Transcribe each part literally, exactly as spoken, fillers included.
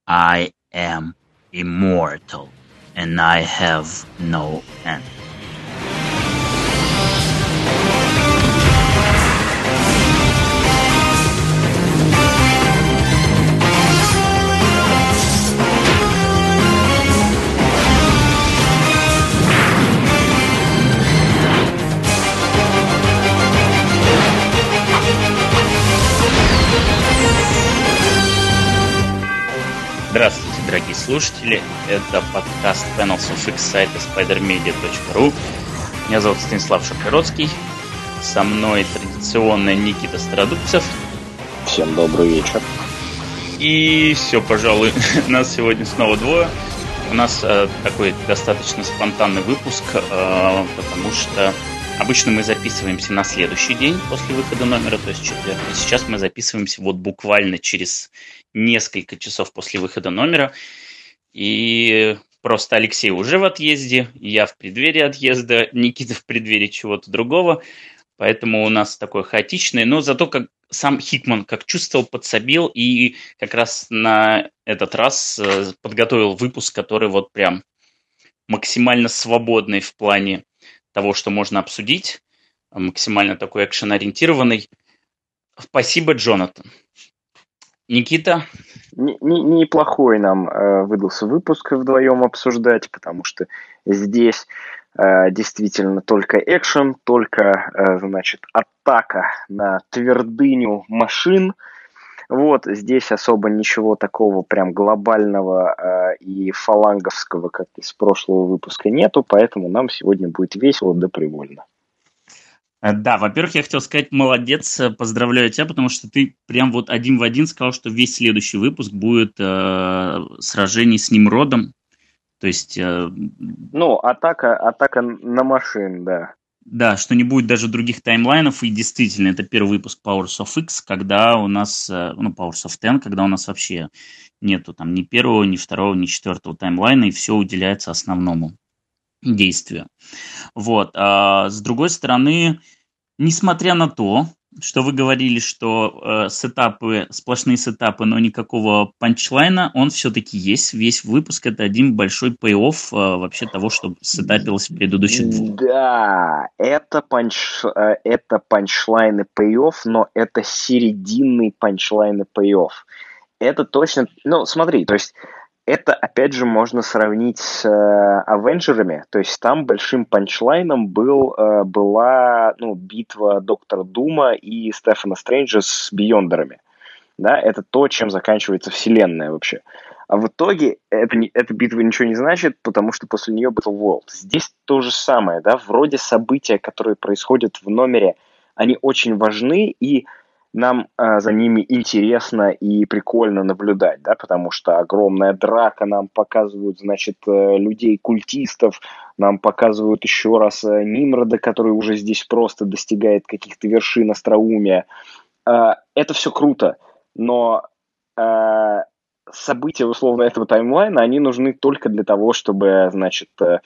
I am immortal, and I have no end. Здравствуйте, дорогие слушатели. Это подкаст Panels of X сайта спайдер медиа точка ру. Меня зовут Станислав Шапиродский. Со мной традиционно Никита Стародубцев. Всем добрый вечер. И все, пожалуй, нас сегодня снова двое. У нас э, такой достаточно спонтанный выпуск, э, потому что обычно мы записываемся на следующий день после выхода номера, то есть четверг. И сейчас мы записываемся вот буквально через несколько часов после выхода номера. И просто Алексей уже в отъезде, я в преддверии отъезда, Никита в преддверии чего-то другого. Поэтому у нас такое хаотичное. Но зато как сам Хикман как чувствовал, подсобил и как раз на этот раз подготовил выпуск, который вот прям максимально свободный в плане того, что можно обсудить, максимально такой экшен-ориентированный. Спасибо, Джонатан. Никита? Неплохой нам э, выдался выпуск вдвоем обсуждать, потому что здесь э, действительно только экшен, только, э, значит, атака на твердыню машин. Вот, здесь особо ничего такого прям глобального э, и фаланговского, как из прошлого выпуска, нету, поэтому нам сегодня будет весело да привольно. Да, во-первых, я хотел сказать, молодец, поздравляю тебя, потому что ты прям вот один в один сказал, что весь следующий выпуск будет э, сражений с Нимродом, то есть... Э, ну, атака, атака на машин, да. Да, что не будет даже других таймлайнов, и действительно, это первый выпуск Powers of X, когда у нас, ну, Powers of Ten, когда у нас вообще нету там ни первого, ни второго, ни четвертого таймлайна, и все уделяется основному действию. Вот. А с другой стороны, несмотря на то, что вы говорили, что э, сетапы, сплошные сетапы, но никакого панчлайна, он все-таки есть. Весь выпуск — это один большой пей-офф э, вообще того, что сетапилось в предыдущих двух. Да, это, панч, э, это панчлайн и пей-офф, но это серединный панчлайн и пей-офф. Это точно... Ну, смотри, то есть это, опять же, можно сравнить с э, Авенджерами. То есть там большим панчлайном был, э, была ну, битва Доктора Дума и Стефана Стрэнджа с Бейондерами. Да, это то, чем заканчивается вселенная вообще. А в итоге это, эта битва ничего не значит, потому что после нее Battle World. Здесь то же самое, да, вроде события, которые происходят в номере, они очень важны, и нам э, за ними интересно и прикольно наблюдать, да, потому что огромная драка, нам показывают, значит, э, людей-культистов, нам показывают еще раз э, Нимрода, который уже здесь просто достигает каких-то вершин остроумия. Э, это все круто, но э, события, условно, этого таймлайна, они нужны только для того, чтобы, значит, э,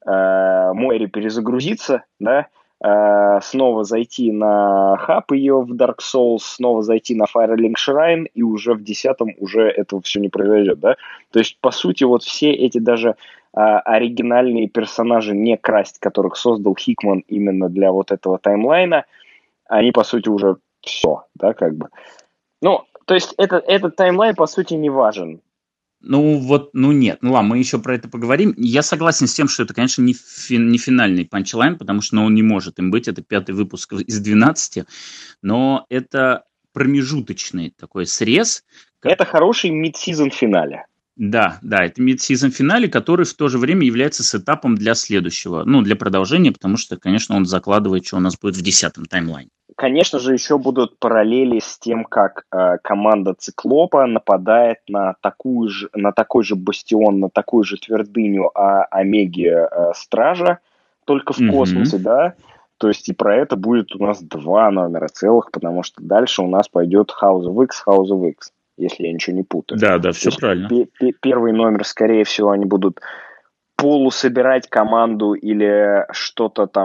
э, Мойре перезагрузиться, да, снова зайти на хаб ее в Dark Souls, снова зайти на Firelink Shrine, и уже в десятом уже этого все не произойдет, да? То есть, по сути, вот все эти даже а, оригинальные персонажи, не красть, которых создал Хикман именно для вот этого таймлайна, они, по сути, уже все, да, как бы. Ну, то есть, это, этот таймлайн, по сути, не важен. Ну, вот, ну нет. Ну ладно, мы еще про это поговорим. Я согласен с тем, что это, конечно, не, фи- не финальный панчлайн, потому что ну, он не может им быть. Это пятый выпуск из двенадцати. Но это промежуточный такой срез. Как... Это хороший мид-сизон финале. Да, да, это мид-сизон финале, который в то же время является сетапом для следующего, ну, для продолжения, потому что, конечно, он закладывает, что у нас будет в десятом таймлайне. Конечно же, еще будут параллели с тем, как э, команда Циклопа нападает на, такую же, на такой же бастион, на такую же твердыню а, Омеги э, Стража, только в mm-hmm. космосе, да. То есть и про это будет у нас два номера целых, потому что дальше у нас пойдет House of X, House of X, если я ничего не путаю. Да, да, все правильно. П- п- первый номер, скорее всего, они будут полусобирать команду или что-то там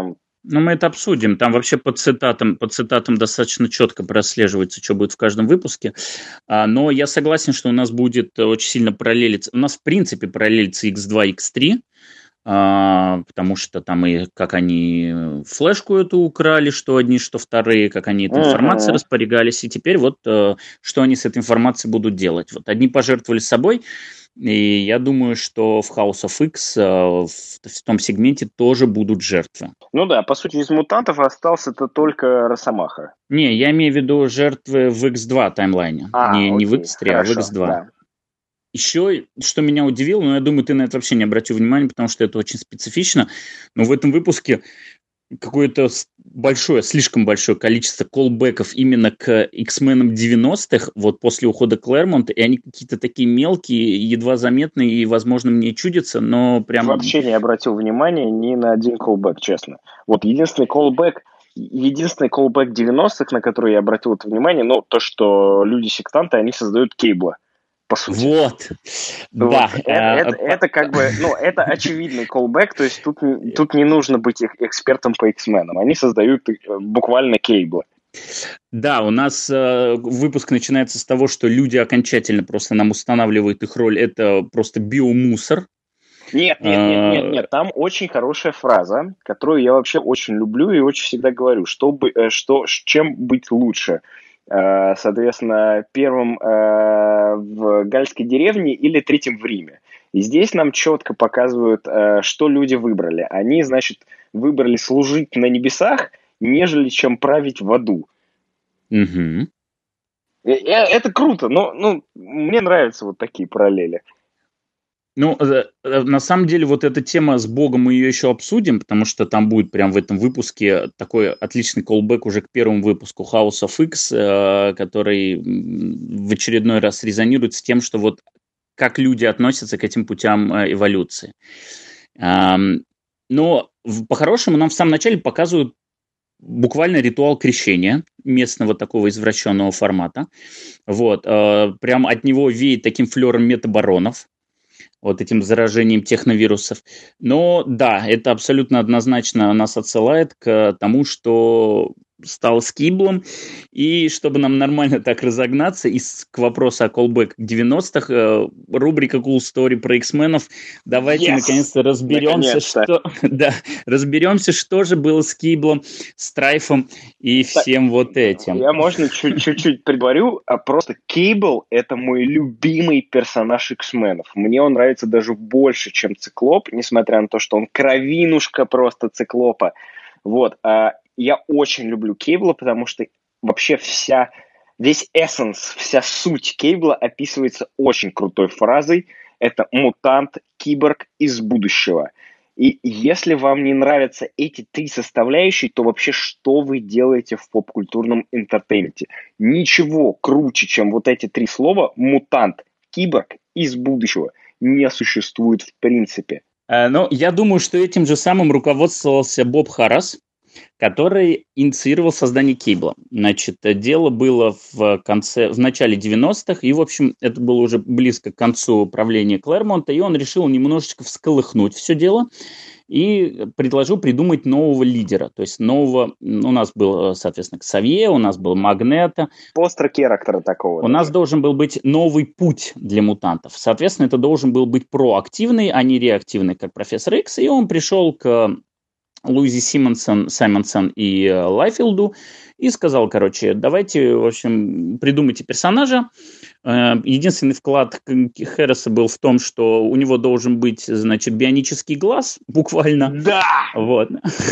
Ну, мы это обсудим. Там вообще по цитатам, по цитатам достаточно четко прослеживается, что будет в каждом выпуске. А, но я согласен, что у нас будет очень сильно параллелиться. У нас, в принципе, параллелится икс два, икс три, а, потому что там и как они флешку эту украли, что одни, что вторые, как они этой информацией uh-huh. распорягались. И теперь вот что они с этой информацией будут делать. Вот одни пожертвовали собой. И я думаю, что в House of X в, в том сегменте тоже будут жертвы. Ну да, по сути, из мутантов остался-то только Росомаха. Не, я имею в виду жертвы в икс два таймлайне. А, не, окей, не в икс три, хорошо, а в икс два. Да. Еще, что меня удивило, но я думаю, ты на это вообще не обратил внимания, потому что это очень специфично, но в этом выпуске какое-то большое, слишком большое количество колбеков именно к X-менам девяностых, вот после ухода Клэрмонта, и они какие-то такие мелкие, едва заметные, и, возможно, мне чудятся, но прям... Вообще не обратил внимания ни на один колбек, честно. Вот единственный колбек, единственный колбек девяностых, на который я обратил это внимание, ну, то, что люди-сектанты, они создают Кейбла. По сути. Вот, вот. да. Это, это, это как бы, ну, это очевидный колбэк, то есть тут, тут не нужно быть экспертом по X-менам. Они создают буквально кейблы. Да, у нас э, выпуск начинается с того, что люди окончательно просто нам устанавливают их роль. Это просто биомусор. Нет, нет, нет, нет, нет. Там очень хорошая фраза, которую я вообще очень люблю и очень всегда говорю. Что, что, чем быть лучше? Соответственно, первым э, в Гальской деревне или третьим в Риме. И здесь нам четко показывают, э, что люди выбрали. Они, значит, выбрали служить на небесах, нежели чем править в аду. Угу. Это круто, но ну, мне нравятся вот такие параллели. Ну, на самом деле, вот эта тема с Богом мы ее еще обсудим, потому что там будет прям в этом выпуске такой отличный колбэк уже к первому выпуску House of X, который в очередной раз резонирует с тем, что вот как люди относятся к этим путям эволюции. Но по-хорошему нам в самом начале показывают буквально ритуал крещения местного такого извращенного формата. Вот. Прям от него веет таким флером метабаронов, вот этим заражением техновирусов. Но да, это абсолютно однозначно нас отсылает к тому, что стал скиблом. И чтобы нам нормально так разогнаться, и к вопросу о колбэк девяностых, рубрика Cool Story про X-менов, давайте yes! наконец-то разберемся, наконец-то. Что, да, разберемся, что же было с Кейблом, Страйфом и так, всем вот этим. Я, можно, чуть-чуть предварю, а просто Кейбл — это мой любимый персонаж X-менов. Мне он нравится даже больше, чем Циклоп, несмотря на то, что он кровинушка просто Циклопа. Вот, а я очень люблю Кейбла, потому что вообще вся, весь эссенс, вся суть Кейбла описывается очень крутой фразой. Это мутант, киборг из будущего. И если вам не нравятся эти три составляющие, то вообще что вы делаете в поп-культурном интертейменте? Ничего круче, чем вот эти три слова «мутант», «киборг» из будущего не существует в принципе. А, ну, я думаю, что этим же самым руководствовался Боб Харрас, который инициировал создание Кейбла. Значит, дело было в конце, в начале девяностых, и, в общем, это было уже близко к концу правления Клэрмонта, и он решил немножечко всколыхнуть все дело и предложил придумать нового лидера, то есть нового, у нас был, соответственно, Ксавье, у нас был Магнето. Постер-керактера такого. У даже. нас должен был быть новый путь для мутантов. Соответственно, это должен был быть проактивный, а не реактивный, как профессор Икс, и он пришел к Луизи Симонсон, Саймонсон и Лайфилду и сказал, короче, давайте, в общем, придумайте персонажа. Единственный вклад Харриса был в том, что у него должен быть, значит, бионический глаз, буквально. Да! Вот.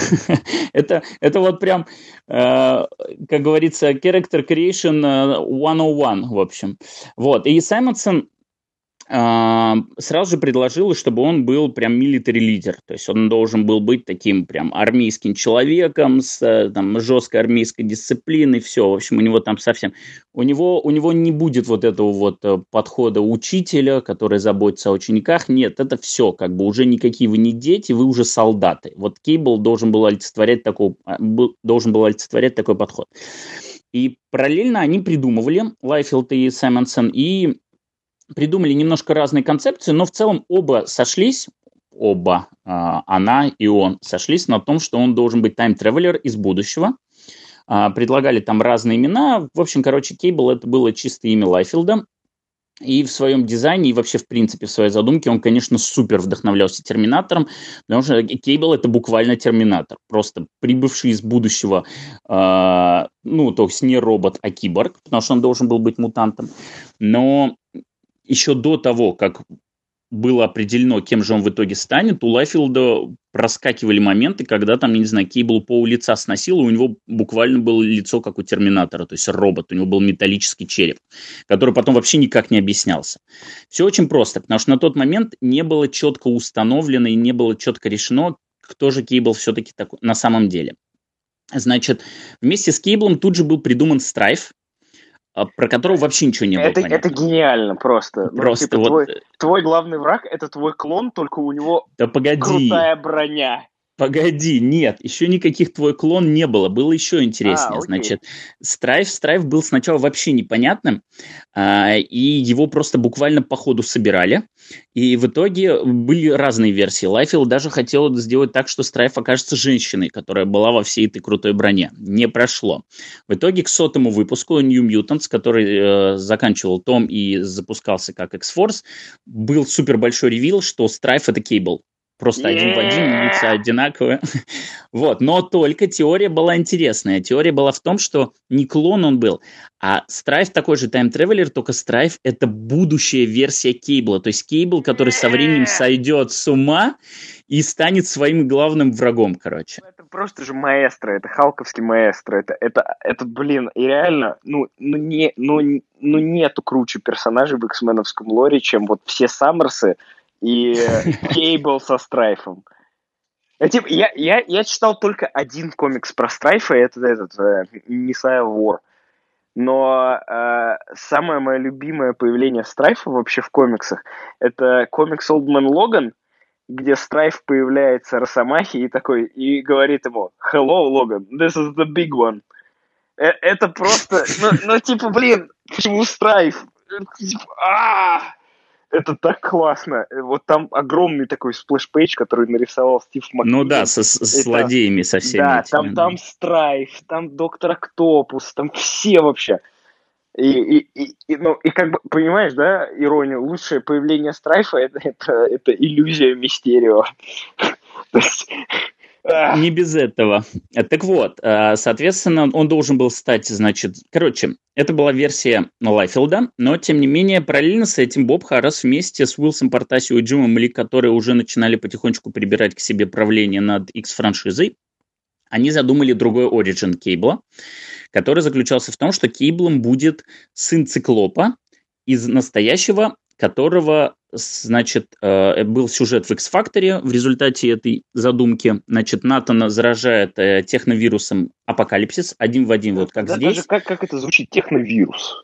это, это вот прям, как говорится, character creation сто один, в общем. Вот. И Саймонсон сразу же предложила, чтобы он был прям military лидер, то есть он должен был быть таким прям армейским человеком с там, жесткой армейской дисциплиной, все, в общем, у него там совсем, у него, у него не будет вот этого вот подхода учителя, который заботится о учениках, нет, это все, как бы уже никакие вы не дети, вы уже солдаты, вот Кейбл должен был олицетворять такой, должен был олицетворять такой подход. И параллельно они придумывали, Лайфилд и Саймонсон, и придумали немножко разные концепции, но в целом оба сошлись оба, она и он, сошлись на том, что он должен быть тайм-тревелер из будущего. Предлагали там разные имена. В общем, короче, Кейбл — это было чисто имя Лайфилда. И в своем дизайне, и вообще, в принципе, в своей задумке он, конечно, супер вдохновлялся Терминатором, потому что Кейбл — это буквально Терминатор, просто прибывший из будущего, э, ну, то есть не робот, а киборг, потому что он должен был быть мутантом. Но еще до того, как было определено, кем же он в итоге станет, у Лайфилда проскакивали моменты, когда там, я не знаю, Кейбл пол лица сносил, и у него буквально было лицо, как у Терминатора, то есть робот, у него был металлический череп, который потом вообще никак не объяснялся. Все очень просто, потому что на тот момент не было четко установлено и не было четко решено, кто же Кейбл все-таки такой на самом деле. Значит, вместе с Кейблом тут же был придуман Страйф, про которого вообще ничего не было это, понятно. Это гениально просто. Просто ну, типа, вот... твой, твой главный враг — это твой клон, только у него да погоди. крутая броня. Погоди, нет, еще никаких твой клон не было, было еще интереснее. А, значит, Страйф, Страйф был сначала вообще непонятным, а, и его просто буквально по ходу собирали, и в итоге были разные версии. Лайфилд даже хотел сделать так, что Страйф окажется женщиной, которая была во всей этой крутой броне. Не прошло. В итоге к сотому выпуску New Mutants, который э, заканчивал том и запускался как X-Force, был супер большой ревил, что Страйф — это Кейбл. Просто yeah. один в один, лица одинаковые. Вот. Но только теория была интересная. Теория была в том, что не клон он был, а Страйф такой же тайм-тревелер, только Страйф — это будущая версия Кейбла. То есть Кейбл, который со временем сойдет с ума и станет своим главным врагом, короче. Это просто же маэстро, это халковский маэстро. Это, это, это блин, и реально, ну, ну, не, ну, ну нету круче персонажей в X-меновском лоре, чем вот все Саммерсы и Кейбл со Страйфом. Я, я, я читал только один комикс про Страйфа, это этот Messiah War. Но э, самое мое любимое появление Страйфа вообще в комиксах — это комикс Old Man Logan, где Страйф появляется Росомахи и такой, и говорит ему: "Hello, Logan, this is the big one". Э, это просто, ну, ну типа, блин, почему Страйф? Типа, а-а-а! Это так классно. Вот там огромный такой сплэш-пейдж, который нарисовал Стив Маккинон. Ну да, со, с это, злодеями со всеми да, этими. Там, там Страйф, там Доктор Октопус, там все вообще. И, и, и, и, ну, и как бы, понимаешь, да, иронию? Лучшее появление Страйфа — это, это, это иллюзия Мистерио. То есть... Не без этого. Так вот, соответственно, он должен был стать, значит... Короче, это была версия Лайфилда, но, тем не менее, параллельно с этим Боб Харрис вместе с Уилсом Портасио и Джимом Ли, которые уже начинали потихонечку прибирать к себе правление над X-франшизой, они задумали другой оригин Кейбла, который заключался в том, что Кейблом будет сын Циклопа из настоящего, которого, значит, был сюжет в X-Factor в результате этой задумки. Значит, Натана заражает техновирусом Апокалипсис, один в один, вот как да, здесь. Даже как, как это звучит, техновирус?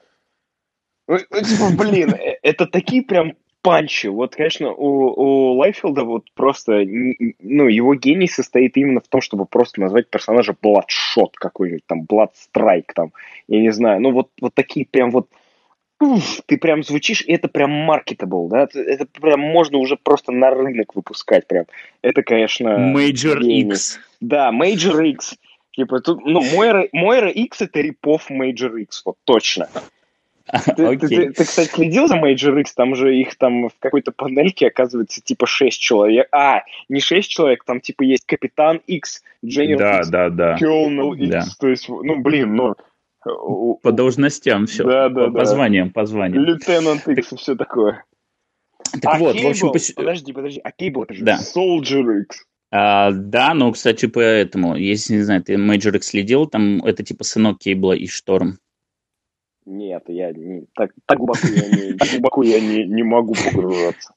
Ну, типа, блин, это такие прям панчи. Вот, конечно, у, у Лайфилда вот просто, ну, его гений состоит именно в том, чтобы просто назвать персонажа Bloodshot какой-нибудь, там, Bloodstrike, там, я не знаю. Ну, вот, вот такие прям вот Уф, ты прям звучишь, и это прям marketable, да? Это, это прям можно уже просто на рынок выпускать прям. Это, конечно... Major гений. X. Да, Major X. Типа тут, ну, Moira, Moira X — это рипов Major X, вот точно. Ты, okay. ты, ты, ты, кстати, следил за Major X? Там же их там в какой-то панельке оказывается типа шесть человек. А, не шесть человек, там типа есть Капитан X, General да, X, да, да. Colonel X. Да. То есть, ну, блин, ну... По должностям все. Да, да, по, да. по званиям, по званиям. Лейтенант Икс и все такое. Так а вот, Кейбл, в общем... Пос... Подожди, подожди, а Кейбл это же да. Soldier X. А, да, но, кстати, поэтому, если, не знаю, ты Major X следил, там это типа сынок Кейбла и Шторм. Нет, я не... Так, так глубоко я, не, так глубоко я не, не могу погружаться.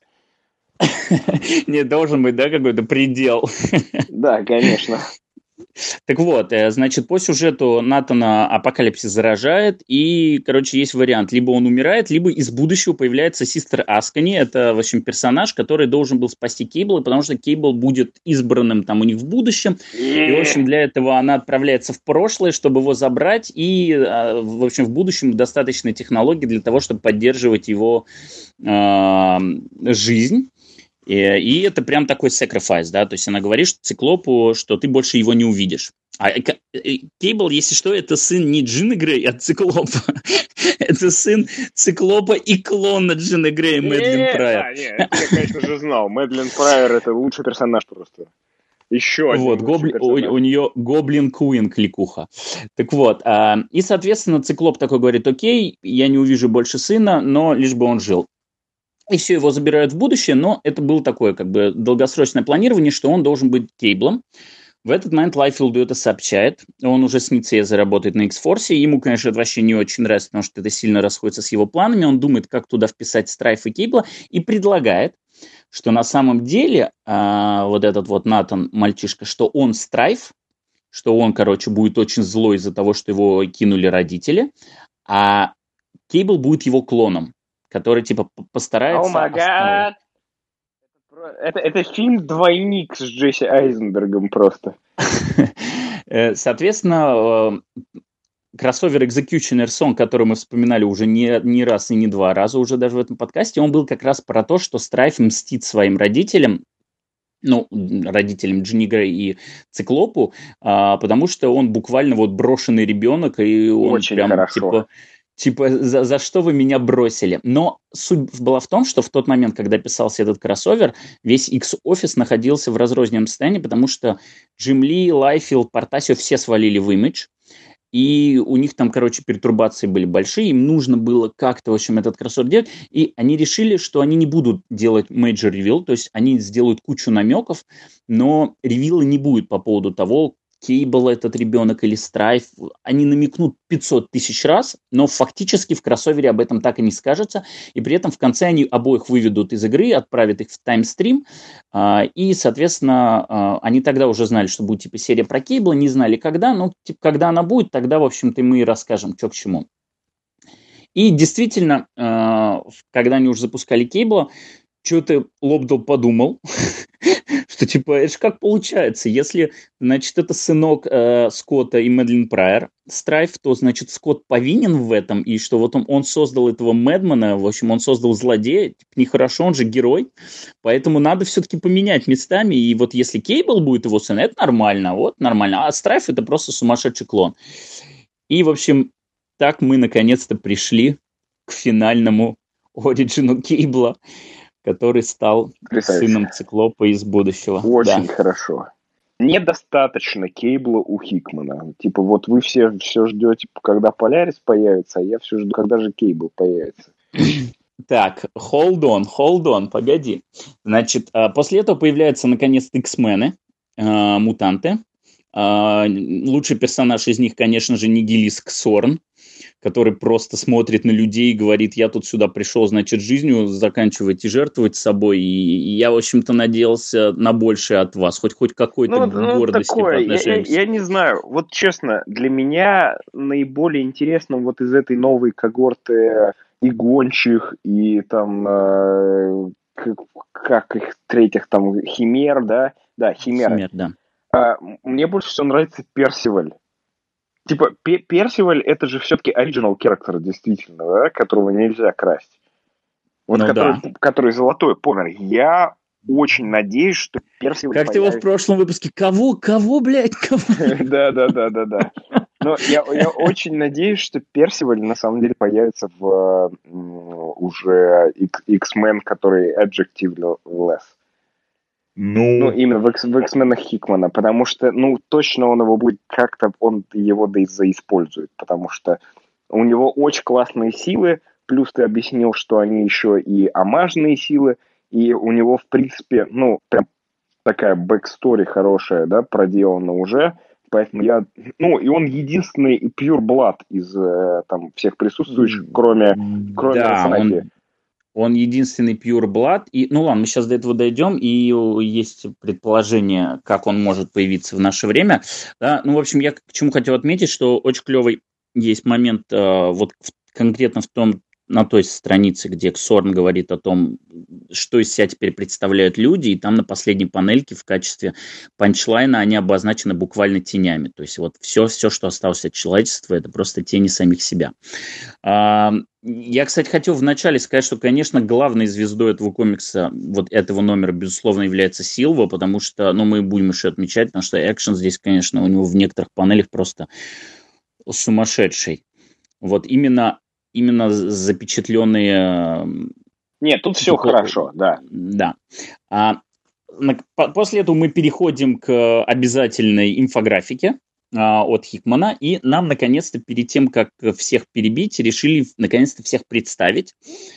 Не, должен быть, да, какой-то предел. Да, конечно. Так вот, значит, по сюжету Натана Апокалипсис заражает, и, короче, есть вариант. Либо он умирает, либо из будущего появляется Систер Аскони. Это, в общем, персонаж, который должен был спасти Кейбла, потому что Кейбл будет избранным там у них в будущем. И, в общем, для этого она отправляется в прошлое, чтобы его забрать. И, в общем, в будущем достаточно технологий для того, чтобы поддерживать его э, жизнь. И, и это прям такой sacrifice, да, то есть она говорит что Циклопу, что ты больше его не увидишь. А Кейбл, если что, это сын не Джины Грей, а Циклопа. Это сын Циклопа и клона Джины Грей, Мэдлин Прайер. А, нет, это я, конечно же, знал. Мэдлин Прайер — это лучший персонаж просто. Еще один вот, гобли... у, у нее Гоблин Куин кликуха. Так вот, а, и, соответственно, Циклоп такой говорит, окей, я не увижу больше сына, но лишь бы он жил. И все, его забирают в будущее, но это было такое, как бы, долгосрочное планирование, что он должен быть Кейблом. В этот момент Лайфилду это сообщает. Он уже с Ницей работает на X-Force. Ему, конечно, это вообще не очень нравится, потому что это сильно расходится с его планами. Он думает, как туда вписать Страйф и Кейбла, и предлагает, что на самом деле а, вот этот вот Натан, мальчишка, что он Страйф, что он, короче, будет очень злой из-за того, что его кинули родители, а Кейбл будет его клоном, который, типа, постарается... О май гад! Это, это фильм «Двойник» с Джесси Айзенбергом просто. Соответственно, кроссовер Executioner Song, который мы вспоминали уже не, не раз и не два раза уже даже в этом подкасте, он был как раз про то, что Страйф мстит своим родителям, ну, родителям Джинни Грей и Циклопу, а, потому что он буквально вот брошенный ребенок, и он очень прям, хорошо. типа... Типа, за, за что вы меня бросили? Но суть была в том, что в тот момент, когда писался этот кроссовер, весь X-Office находился в разрозненном состоянии, потому что Джим Ли, Лайфилд, Портасио все свалили в Image, и у них там, короче, пертурбации были большие, им нужно было как-то, в общем, этот кроссовер делать, и они решили, что они не будут делать major reveal, то есть они сделают кучу намеков, но ревила не будет по поводу того, Кейбл этот ребенок или Страйф, они намекнут пятьсот тысяч раз, но фактически в кроссовере об этом так и не скажется, и при этом в конце они обоих выведут из игры, отправят их в таймстрим, и, соответственно, они тогда уже знали, что будет типа серия про Кейбла, не знали когда, но типа, когда она будет, тогда, в общем-то, мы и расскажем, что к чему. И действительно, когда они уже запускали Кейбла, что-то Лобдал подумал, что типа, это же как получается, если, значит, это сынок э, Скотта и Мэдлин Прайер, Страйф, то, значит, Скотт повинен в этом, и что вот он, он создал этого Мэдмана, в общем, он создал злодея, типа, нехорошо, он же герой, поэтому надо все-таки поменять местами, и вот если Кейбл будет его сын, это нормально, вот, нормально, а Страйф это просто сумасшедший клон. И, в общем, так мы наконец-то пришли к финальному оригину Кейбла, который стал Красавица. Сыном Циклопа из будущего. Очень да. хорошо. Недостаточно Кейбла у Хикмана. Типа вот вы все все ждете, когда Полярис появится, а я все жду, когда же Кейбл появится. Так, hold on, hold on, погоди. Значит, после этого появляются наконец-то X-мены, мутанты. Лучший персонаж из них, конечно же, Нигилис Ксорн, который просто смотрит на людей и говорит, я тут сюда пришел, значит, жизнью заканчивать и жертвовать собой, и я, в общем-то, надеялся на большее от вас, хоть хоть какой-то ну, гордости ну, по такое, отношению. Я, я, я не знаю, вот честно, для меня наиболее интересным вот из этой новой когорты и гончих, и там, э, как, как их третьих там, Химер, да? Да, Химера. Химер, да. А, мне больше всего нравится Персиваль. Типа, Персиваль это же все-таки оригинал character, действительно, да, которого нельзя красть. Вот ну, который, да. который золотой помер. Я очень надеюсь, что Персиваль Как появится... ты его в прошлом выпуске? Кого? Кого, блядь? Да, да, да, да, да. Но я, я очень надеюсь, что Персиваль на самом деле появится в уже X-Men, который Adjectiveless. Ну, ну, именно в, X, в X-менах Хикмана, потому что, ну, точно он его будет как-то, он его да и заиспользует, потому что у него очень классные силы, плюс ты объяснил, что они еще и омажные силы, и у него, в принципе, ну, прям такая бэкстори хорошая, да, проделана уже, поэтому я, ну, и он единственный и pure blood из там всех присутствующих, кроме, кроме да, Заки. Он... Он единственный pure blood. И, ну ладно, мы сейчас до этого дойдем, и есть предположение, как он может появиться в наше время. Да, ну, в общем, я к чему хотел отметить, что очень клевый есть момент э, вот в, конкретно в том, на той странице, где Ксорн говорит о том, что из себя теперь представляют люди, и там на последней панельке в качестве панчлайна они обозначены буквально тенями. То есть вот все, все, что осталось от человечества, это просто тени самих себя. Я, кстати, хотел вначале сказать, что, конечно, главной звездой этого комикса, вот этого номера, безусловно, является Силва, потому что, ну, мы будем еще отмечать, потому что экшен здесь, конечно, у него в некоторых панелях просто сумасшедший. Вот именно, именно запечатленные... Нет, тут все такого... хорошо, да. Да. А, после этого мы переходим к обязательной инфографике от Хикмана, и нам, наконец-то, перед тем, как всех перебить, решили, наконец-то, всех представить.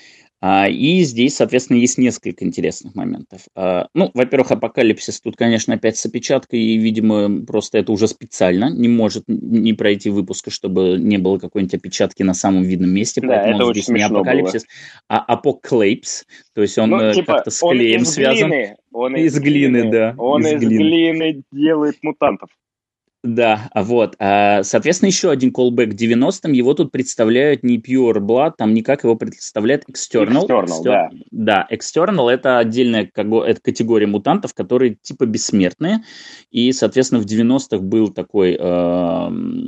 И здесь, соответственно, есть несколько интересных моментов. Ну, во-первых, Апокалипсис тут, конечно, опять с опечаткой, и, видимо, просто это уже специально, не может не пройти выпуска, чтобы не было какой-нибудь опечатки на самом видном месте, да, поэтому это он очень здесь не Апокалипсис, было. а Апоклейпс, то есть он ну, типа, как-то с клеем связан. Глины, он из, из глины, глины, да. Он из, из глины. глины делает мутантов. Да, вот. Соответственно, еще один callback к девяностым. Его тут представляют не Pure Blood, там никак его представляет External. External, External да. Да, External — это отдельная как бы, это категория мутантов, которые типа бессмертные. И, соответственно, в девяностых был такой, э,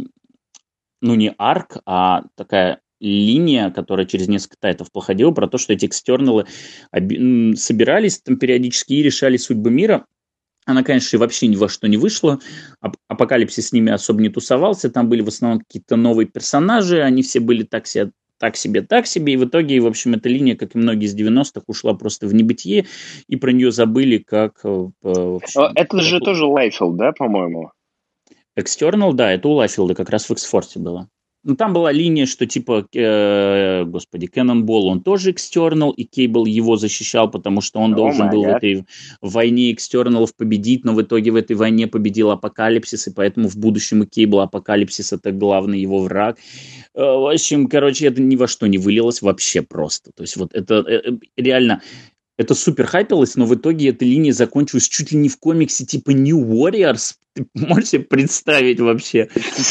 ну не арк, а такая линия, которая через несколько тайтов проходила, про то, что эти экстерналы собирались там периодически и решали судьбы мира. Она, конечно, вообще ни во что не вышла. Апокалипсис с ними особо не тусовался. Там были в основном какие-то новые персонажи. Они все были так себе, так себе, так себе. И в итоге, в общем, эта линия, как и многие из девяностых, ушла просто в небытие. И про нее забыли как... Общем, это же как... тоже Лайфилд, да, по-моему? External, да, это у Лайфилда как раз в X-Force было. Ну, там была линия, что типа, э, господи, Cannonball, он тоже External, и Кейбл его защищал, потому что он oh должен был God. в этой войне Экстерналов победить, но в итоге в этой войне победил Апокалипсис, и поэтому в будущем и Кейбл Апокалипсис — это главный его враг. Э, в общем, короче, это ни во что не вылилось вообще просто. То есть вот это э, реально... Это супер хайпилось, но в итоге эта линия закончилась чуть ли не в комиксе типа New Warriors. Ты можешь себе представить вообще?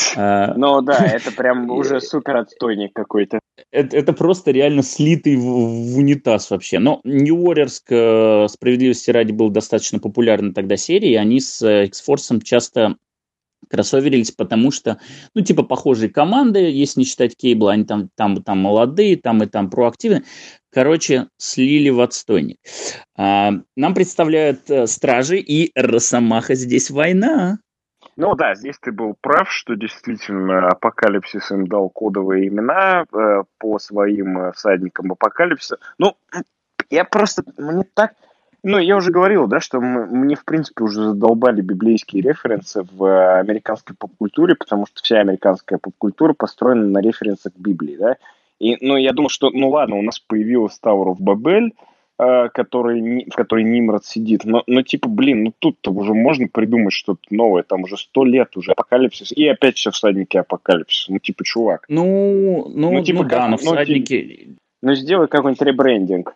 Ну да, это прям уже супер отстойник какой-то. Это, это просто реально слитый в, в унитаз вообще. Но New Warriors, к справедливости ради, был достаточно популярной тогда серией, и они с X-Force часто кроссоверились, потому что, ну, типа, похожие команды, если не считать Кейбла, они там, там, там молодые, там и там проактивные. Короче, слили в отстойник. А, нам представляют а, Стражи, и Росомаха здесь война. Ну да, здесь ты был прав, что действительно Апокалипсис им дал кодовые имена э, по своим э, всадникам Апокалипсиса. Ну, я просто, мне так... Ну, я уже говорил, да, что мы, мне, в принципе, уже задолбали библейские референсы в э, американской поп-культуре, потому что вся американская поп-культура построена на референсах к Библии, да. И, ну, я думал, что, ну, ладно, у нас появилась Tower of Babel, э, который, в которой Нимрод сидит, но, но, типа, блин, ну, тут-то уже можно придумать что-то новое, там уже сто лет уже Апокалипсис, и опять все всадники Апокалипсиса, ну, типа, чувак. Ну, ну, ну, типа, ну как, да, но всадники... Ну, ну, сделай какой-нибудь ребрендинг.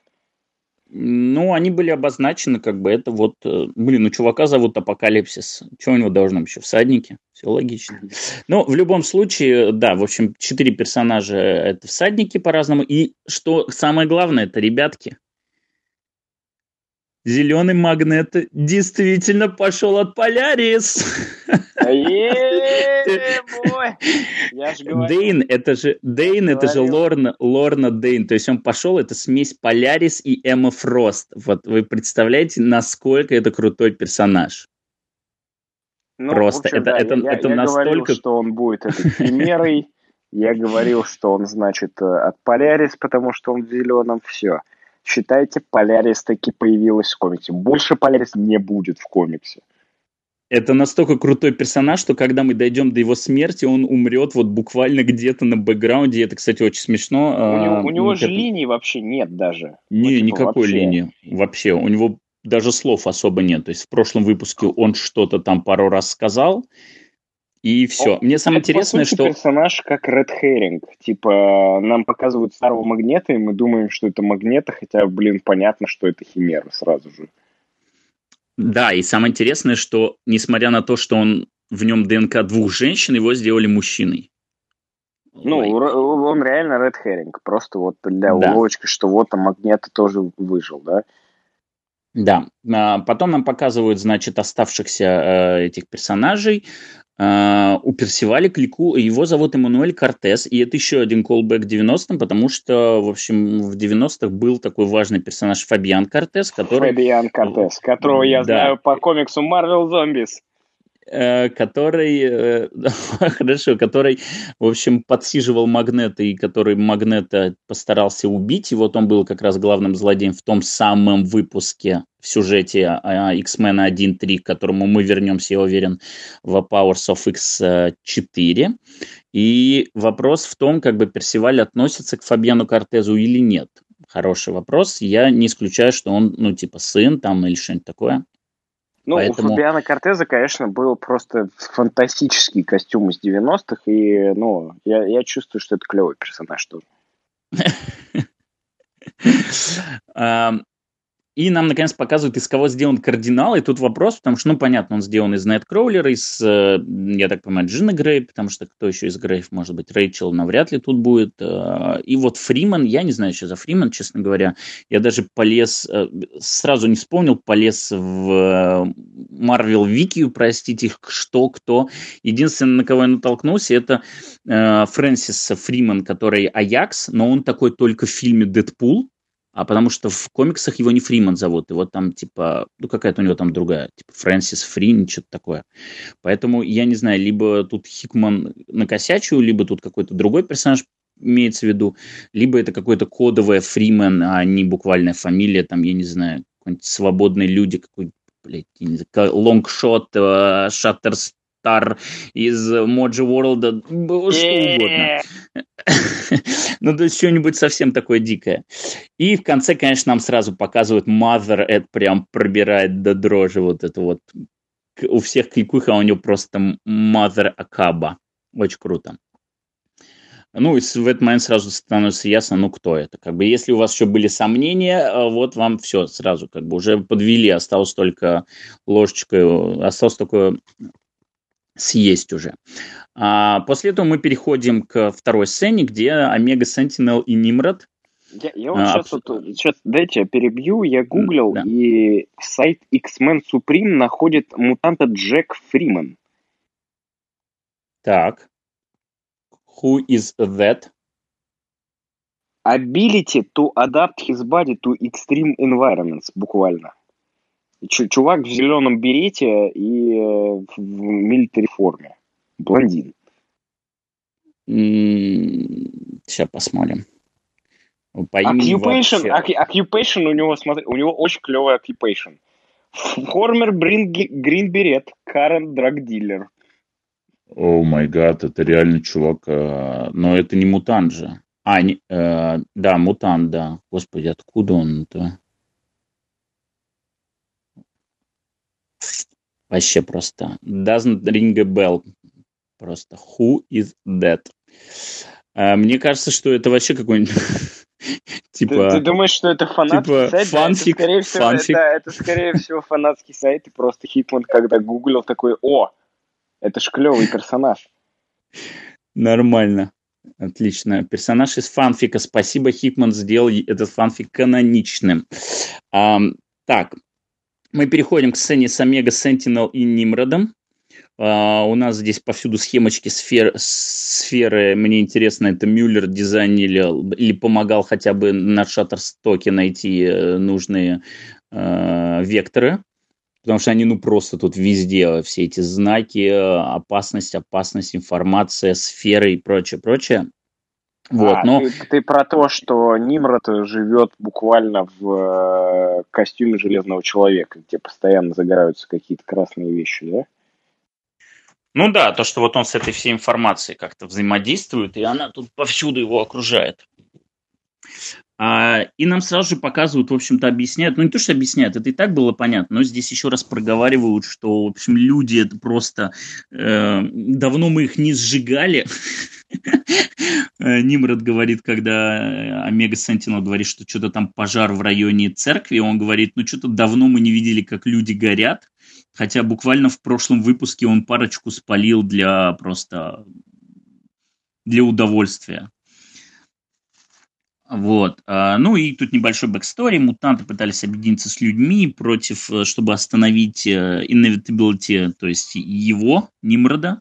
Ну, они были обозначены, как бы, это вот, блин, у чувака зовут Апокалипсис, что у него должно быть еще, всадники? Все логично. Но в любом случае, да, в общем, четыре персонажа — это всадники по-разному, и что самое главное, это ребятки. Зеленый магнет действительно пошел от Полярис. Дейн, это же Дейн, это же Лорна, Лорна Дейн. То есть он пошел, это смесь Полярис и Эмма Фрост. Вот вы представляете, насколько это крутой персонаж? Ну, просто общем, это, да, это, я, это я настолько... говорил, что он будет этой химерой. Я говорил, что он, значит, от Полярис, потому что он в зеленом. Все. Считайте, Полярис таки появилась в комиксе. Больше Полярис не будет в комиксе. Это настолько крутой персонаж, что когда мы дойдем до его смерти, он умрет вот буквально где-то на бэкграунде. Это, кстати, очень смешно. У него, у него же линии вообще нет даже. Не, ну, типа, никакой вообще. линии. Вообще. У него даже слов особо нет. То есть в прошлом выпуске он что-то там пару раз сказал, и все. Он, Мне самое интересное, по сути, что... персонаж как Ред Херринг. Типа, нам показывают старого Магнета, и мы думаем, что это Магнета, хотя, блин, понятно, что это Химера сразу же. Да, и самое интересное, что, несмотря на то, что он в нем ДНК двух женщин, его сделали мужчиной. Ну, Ой. он реально Ред Херринг. Просто вот для да. уловочки, что вот там Магнета тоже выжил, да? Да, а, потом нам показывают, значит, оставшихся э, этих персонажей. А, у Персиваля Клику, его зовут Эммануэль Кортес, и это еще один колбэк к девяностым, потому что, в общем, в девяностых был такой важный персонаж Фабиан Кортес, который... Фабиан Кортес, которого я Да. знаю по комиксу Marvel Zombies. Э, который, э, хорошо, который, в общем, подсиживал Магнета, и который Магнета постарался убить, и вот он был как раз главным злодеем в том самом выпуске в сюжете X-Men один три, к которому мы вернемся, я уверен, в Powers of X четыре. И вопрос в том, как бы Персиваль относится к Фабиану Кортезу или нет. Хороший вопрос. Я не исключаю, что он, ну, типа, сын там или что-нибудь такое. Ну, Поэтому... у Фабиана Кортеза, конечно, был просто фантастический костюм из девяностых, и, ну, я, я чувствую, что это клевый персонаж тоже. И нам, наконец, показывают, из кого сделан кардинал. И тут вопрос, потому что, ну, понятно, он сделан из Найткроулера, из, я так понимаю, Джины Грей, потому что кто еще из Грейв, может быть, Рэйчел навряд ли тут будет. И вот Фриман, я не знаю, что за Фриман, честно говоря. Я даже полез, сразу не вспомнил, полез в Марвел Викию, простите, что, кто. Единственное, на кого я натолкнулся, это Фрэнсис Фриман, который Аякс, но он такой только в фильме «Дэдпул». А потому что в комиксах его не Фриман зовут, его там типа, ну какая-то у него там другая, типа Фрэнсис Фрин, что-то такое. Поэтому я не знаю, либо тут Хикман накосячил, либо тут какой-то другой персонаж имеется в виду, либо это какой-то кодовый Фриман, а не буквальная фамилия, там, я не знаю, какой-нибудь свободные люди, какой-нибудь, блядь, лонгшот, Шаттерс, из Моджи Ворлда, что угодно. Ну, то есть что-нибудь совсем такое дикое. И в конце, конечно, нам сразу показывают Mother, это прям пробирает до дрожи вот это вот. У всех кликух, а у него просто Mother Акаба. Очень круто. Ну, и в этот момент сразу становится ясно, ну, кто это. Как бы, если у вас еще были сомнения, вот вам все сразу как бы уже подвели. Осталось только ложечкой, осталось только... съесть уже. А после этого мы переходим к второй сцене, где Омега Сентинел и Нимрод. Я, я вот а, сейчас, абс... вот, сейчас, дайте я перебью, я гуглил, да. И сайт X-Men Supreme находит мутанта Джек Фриман. Так. Who is that? Ability to adapt his body to extreme environments, буквально. Чувак в зеленом берете и в милитари форме. Блондин. Сейчас посмотрим. По occupation, occupation у него, смотри, у него очень клевый occupation. Former Green Beret, current drug dealer. О май гад, это реально чувак. Но это не мутант же. А, не, э, да, мутант, да. Господи, откуда он-то? Вообще просто. Doesn't ring a bell. Просто. Who is that? А, мне кажется, что это вообще какой-нибудь... типа... Ты, ты думаешь, что это фанатский типа сайт? Фанфик, это, скорее всего, фанфик. Это, это, скорее всего, фанатский сайт. И просто Хикман, когда гуглил, такой, о, это ж клевый персонаж. Нормально. Отлично. Персонаж из фанфика. Спасибо, Хикман сделал этот фанфик каноничным. А, так. Мы переходим к сцене с Омега Сентинел и Нимродом. Uh, у нас здесь повсюду схемочки сфер, сферы. Мне интересно, это Мюллер дизайнил или помогал хотя бы на Шаттерстоке найти нужные uh, векторы. Потому что они ну просто тут везде. Все эти знаки, опасность, опасность, информация, сферы и прочее, прочее. Вот, а, но... ты, ты про то, что Нимрод живет буквально в э, костюме Железного Человека, где постоянно загораются какие-то красные вещи, да? Ну да, то, что вот он с этой всей информацией как-то взаимодействует, и она тут повсюду его окружает. А, и нам сразу же показывают, в общем-то, объясняют, ну не то, что объясняют, это и так было понятно, но здесь еще раз проговаривают, что, в общем, люди это просто, э, давно мы их не сжигали. Нимрод говорит, когда Омега Сентинел говорит, что что-то там пожар в районе церкви, он говорит, ну что-то давно мы не видели, как люди горят. Хотя буквально в прошлом выпуске он парочку спалил для просто для удовольствия. Вот. Ну и тут небольшой бэкстори. Мутанты пытались объединиться с людьми против, чтобы остановить Inevitability, то есть его, Нимрода.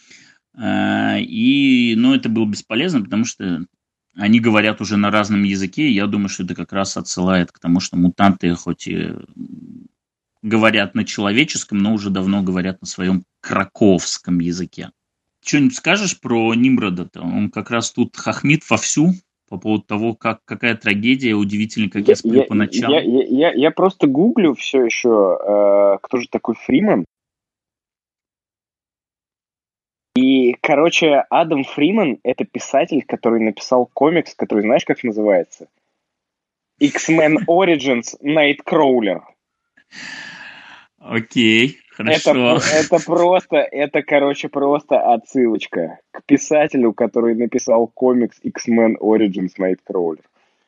И, ну, это было бесполезно, потому что они говорят уже на разном языке, и я думаю, что это как раз отсылает к тому, что мутанты хоть и говорят на человеческом, но уже давно говорят на своем краковском языке. Что-нибудь скажешь про Нимрода-то? Он как раз тут хохмит вовсю по поводу того, как, какая трагедия, удивительно, как я, я сплю я, по ночам. Я, я, я, я просто гуглю все еще, э, кто же такой Фриман. И, короче, Адам Фриман — это писатель, который написал комикс, который, знаешь, как называется? X-Men Origins Nightcrawler. Окей, хорошо. Это, это просто, это, короче, просто отсылочка к писателю, который написал комикс X-Men Origins Nightcrawler.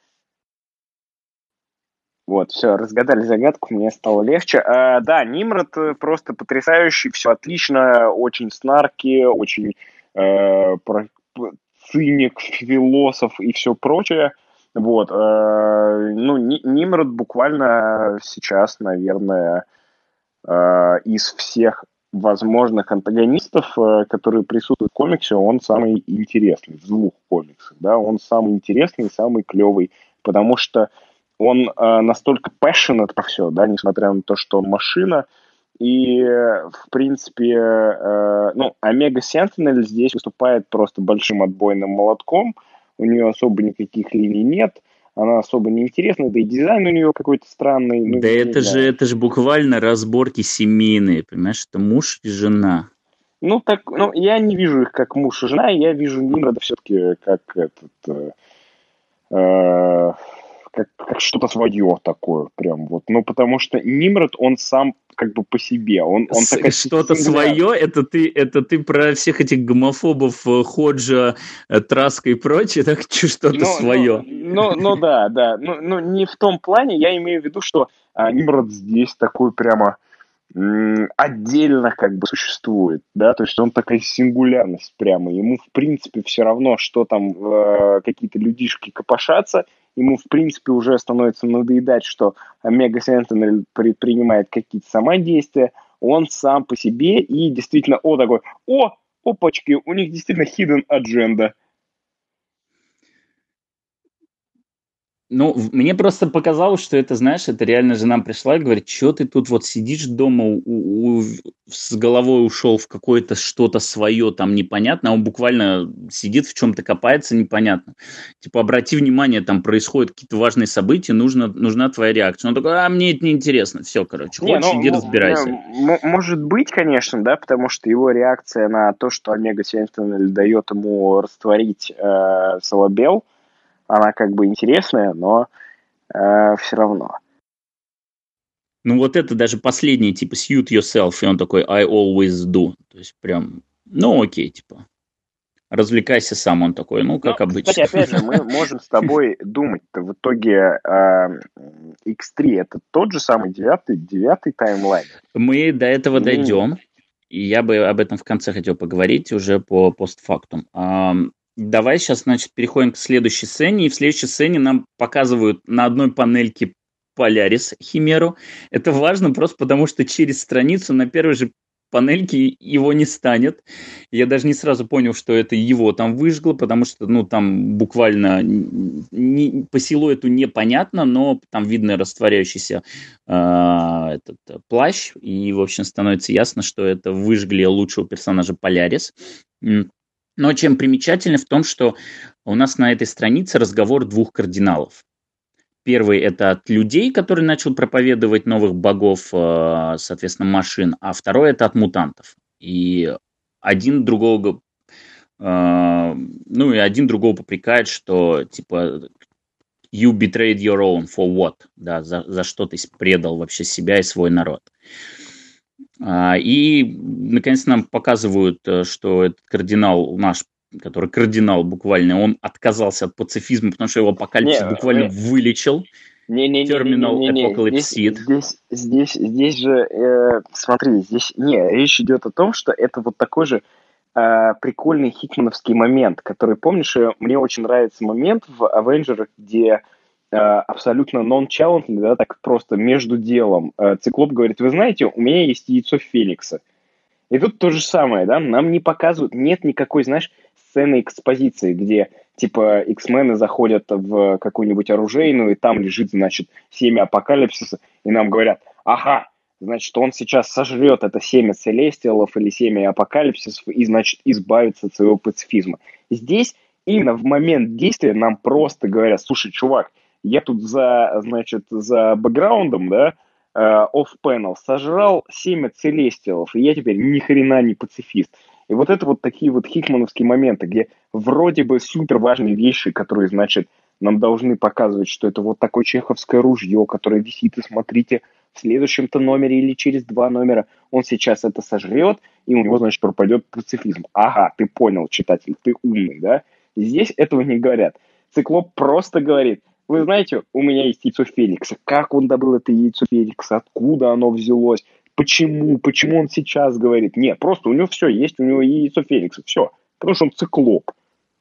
Вот, все, разгадали загадку, мне стало легче. А, да, Нимрод просто потрясающий, все отлично, очень снарки, очень э, про, циник, философ и все прочее. Вот, э, ну, Нимрод буквально сейчас, наверное, э, из всех возможных антагонистов, э, которые присутствуют в комиксе, он самый интересный в двух комиксах, да, он самый интересный, самый клевый, потому что он э, настолько passionate про все, да, несмотря на то, что он машина. И, в принципе, э, ну, Омега Сентинель здесь выступает просто большим отбойным молотком. У нее особо никаких линий нет. Она особо не интересна, да и дизайн у нее какой-то странный. Ну, да это же, это же буквально разборки семейные, понимаешь? Это муж и жена. Ну, так, ну, я не вижу их как муж и жена, я вижу Нимрода все-таки как этот... Э, э, Как, как что-то свое такое, прям вот. Ну, потому что Нимрод, он сам как бы по себе. Он, он такая что-то свое, это ты, это ты про всех этих гомофобов Ходжа, Траска и прочее, так что-то ну, свое. Ну, ну, ну да, да. Ну, ну, не в том плане, я имею в виду, что а, Нимрод здесь такой прямо м- отдельно как бы существует, да, то есть он такая сингулярность прямо. Ему, в принципе, все равно, что там э, какие-то людишки копошатся. Ему, в принципе, уже становится надоедать, что Омега Сентинель предпринимает какие-то сама действия. Он сам по себе и действительно, о, такой, о, опачки, у них действительно hidden agenda. Ну, мне просто показалось, что это, знаешь, это реально жена пришла и говорит, что ты тут вот сидишь дома, у, у, с головой ушел в какое-то что-то свое там непонятно, а он буквально сидит в чем-то, копается непонятно. Типа, обрати внимание, там происходят какие-то важные события, нужно, нужна твоя реакция. Он такой, а мне это не интересно, все, короче, не, хочешь, ну, иди разбирайся. М- может быть, конечно, да, потому что его реакция на то, что Омега Сентинель дает ему растворить э, Салабел, она как бы интересная, но э, все равно. Ну, вот это даже последний, типа, suit yourself, и он такой, I always do. То есть, прям, ну, окей, типа, развлекайся сам, он такой, ну, как ну, обычно. Кстати, опять же, мы можем с тобой думать-то в итоге э, икс три это тот же самый девятый, девятый таймлайн. Мы до этого дойдем, и я бы об этом в конце хотел поговорить уже по постфактум. Давай сейчас, значит, переходим к следующей сцене. И в следующей сцене нам показывают на одной панельке Полярис Химеру. Это важно просто потому, что через страницу на первой же панельке его не станет. Я даже не сразу понял, что это его там выжгло, потому что, ну, там буквально не, по силуэту непонятно, но там видно растворяющийся э, этот плащ, и, в общем, становится ясно, что это выжгли лучшего персонажа Полярис. Но чем примечательно в том, что у нас на этой странице разговор двух кардиналов. Первый – это от людей, который начал проповедовать новых богов, соответственно, машин, а второй – это от мутантов. И один другого, ну и один другого попрекает, что типа you betrayed your own for what, да, за, за что ты предал вообще себя и свой народ. И, наконец, нам показывают, что этот кардинал наш, который кардинал буквально, он отказался от пацифизма, потому что его апокалипсис не, буквально не, вылечил. Терминал Apocalypse Seed. Здесь, здесь, здесь же, э, смотри, здесь не, речь идет о том, что это вот такой же э, прикольный хикмановский момент, который, помнишь, э, мне очень нравится момент в «Авенджерах», где э, абсолютно non-challenging, да, так просто между делом э, Циклоп говорит: вы знаете, у меня есть яйцо Феникса. И тут то же самое, да, нам не показывают, нет никакой, знаешь, сцены экспозиции, где, типа, X-мены заходят в какую-нибудь оружейную, и там лежит, значит, семя апокалипсиса, и нам говорят: ага, значит, он сейчас сожрет это семя целестиалов или семя апокалипсисов и, значит, избавится от своего пацифизма. Здесь именно в момент действия нам просто говорят: слушай, чувак, я тут за, значит, за бэкграундом, да, off-panel сожрал семя целестиалов, и я теперь ни хрена не пацифист. И вот это вот такие вот хикмановские моменты, где вроде бы супер важные вещи, которые, значит, нам должны показывать, что это вот такое чеховское ружье, которое висит, и смотрите, в следующем-то номере или через два номера он сейчас это сожрет, и у него, значит, пропадет пацифизм. Ага, ты понял, читатель, ты умный, да? Здесь этого не говорят. Циклоп просто говорит: вы знаете, у меня есть яйцо Феникса. Как он добыл это яйцо Феникса? Откуда оно взялось? Почему? Почему он сейчас говорит? Нет, просто у него все есть, у него яйцо Феникса. Все. Потому что он циклоп.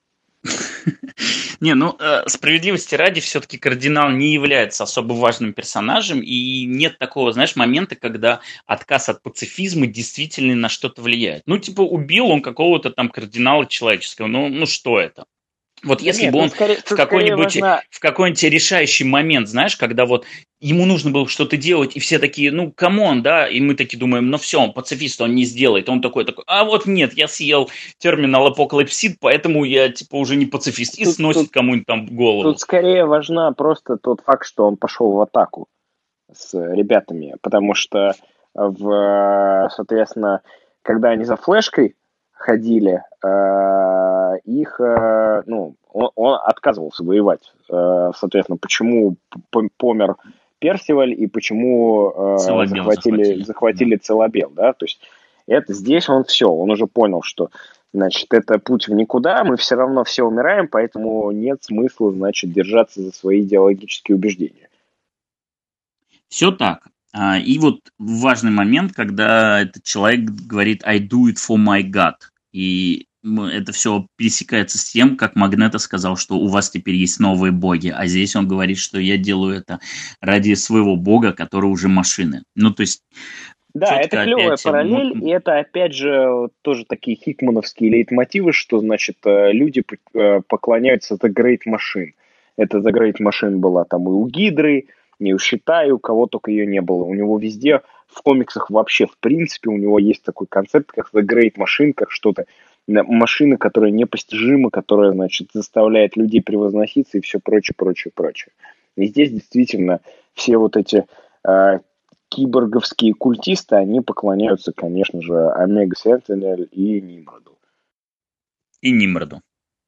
Не, ну, справедливости ради, все-таки кардинал не является особо важным персонажем, и нет такого, знаешь, момента, когда отказ от пацифизма действительно на что-то влияет. Ну, типа, убил он какого-то там кардинала человеческого. Ну, ну что это? Вот если Нет, бы он скорее, в какой-нибудь, важна... в какой-нибудь решающий момент, знаешь, когда вот ему нужно было что-то делать, и все такие: ну, камон, да, и мы такие думаем: ну все, он пацифист, он не сделает. Он такой, такой: а вот нет, я съел терминал апокалипсид, поэтому я типа уже не пацифист, и тут, сносит тут, кому-нибудь там голову. Тут скорее важна просто тот факт, что он пошел в атаку с ребятами, потому что, в, соответственно, когда они за флешкой ходили, их, ну, он, он отказывался воевать. Соответственно, почему помер Персиваль и почему захватили, захватили, захватили да. Целобел, да, то есть это здесь он все, он уже понял, что, значит, это путь в никуда, мы все равно все умираем, поэтому нет смысла, значит, держаться за свои идеологические убеждения. Все так. И вот важный момент, когда этот человек говорит «I do it for my God». И это все пересекается с тем, как Магнето сказал, что у вас теперь есть новые боги. А здесь он говорит, что я делаю это ради своего бога, который уже машины. Ну, то есть... Да, это клевая опять... параллель, и это, опять же, тоже такие хикмановские лейтмотивы, что, значит, люди поклоняются The Great Machine. Это The Great Machine была там и у Гидры, не у Щита, и у кого только ее не было. У него везде, в комиксах вообще, в принципе, у него есть такой концепт, как The Great Machine, как что-то, машина, которая непостижима, которая, значит, заставляет людей превозноситься и все прочее, прочее, прочее. И здесь действительно все вот эти э, киборговские культисты, они поклоняются, конечно же, Омега Сентинель и Нимроду. И Нимроду.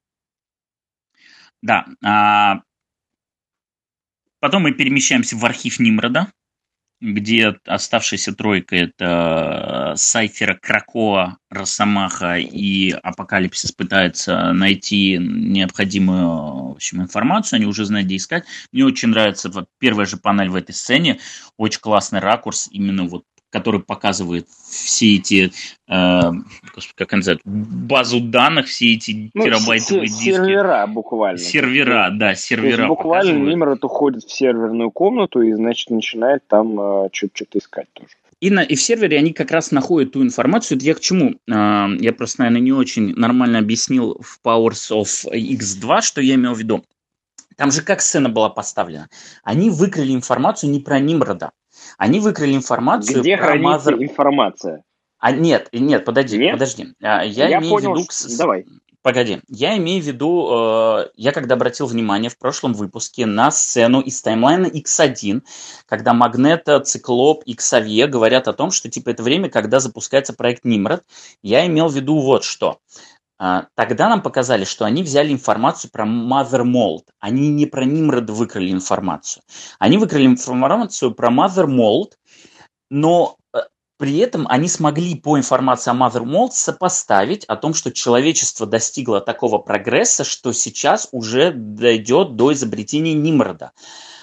Да. А... Потом мы перемещаемся в архив Нимрода, где оставшаяся тройка – это Сайфера, Кракоа, Росомаха и Апокалипсис пытаются найти необходимую, в общем, информацию, они уже знают, где искать. Мне очень нравится вот первая же панель в этой сцене, очень классный ракурс, именно вот, который показывает все эти, э, как называют, базу данных, все эти ну, терабайтовые с- диски. Сервера буквально. Сервера, да, сервера. Буквально Нимрод уходит в серверную комнату и, значит, начинает там э, что-то искать тоже. И, на, и в сервере они как раз находят ту информацию. Это я к чему? Э, я просто, наверное, не очень нормально объяснил в Powers of икс два, что я имел в виду. Там же как сцена была поставлена. Они выкрали информацию не про Нимрода. Они выкрали информацию Где про хранится Mother... информация? А, нет, нет, подожди, нет? подожди. Я, я имею понял, в виду... что... Давай. Погоди. Я имею в виду... Э, я когда обратил внимание в прошлом выпуске на сцену из таймлайна икс один, когда Магнето, Циклоп и Ксавье говорят о том, что типа это время, когда запускается проект Нимрод, я имел в виду вот что. Тогда нам показали, что они взяли информацию про Mother Mold. Они не про Нимрод выкрали информацию. Они выкрали информацию про Mother Mold, но при этом они смогли по информации о Mother Mold сопоставить о том, что человечество достигло такого прогресса, что сейчас уже дойдет до изобретения Нимрода.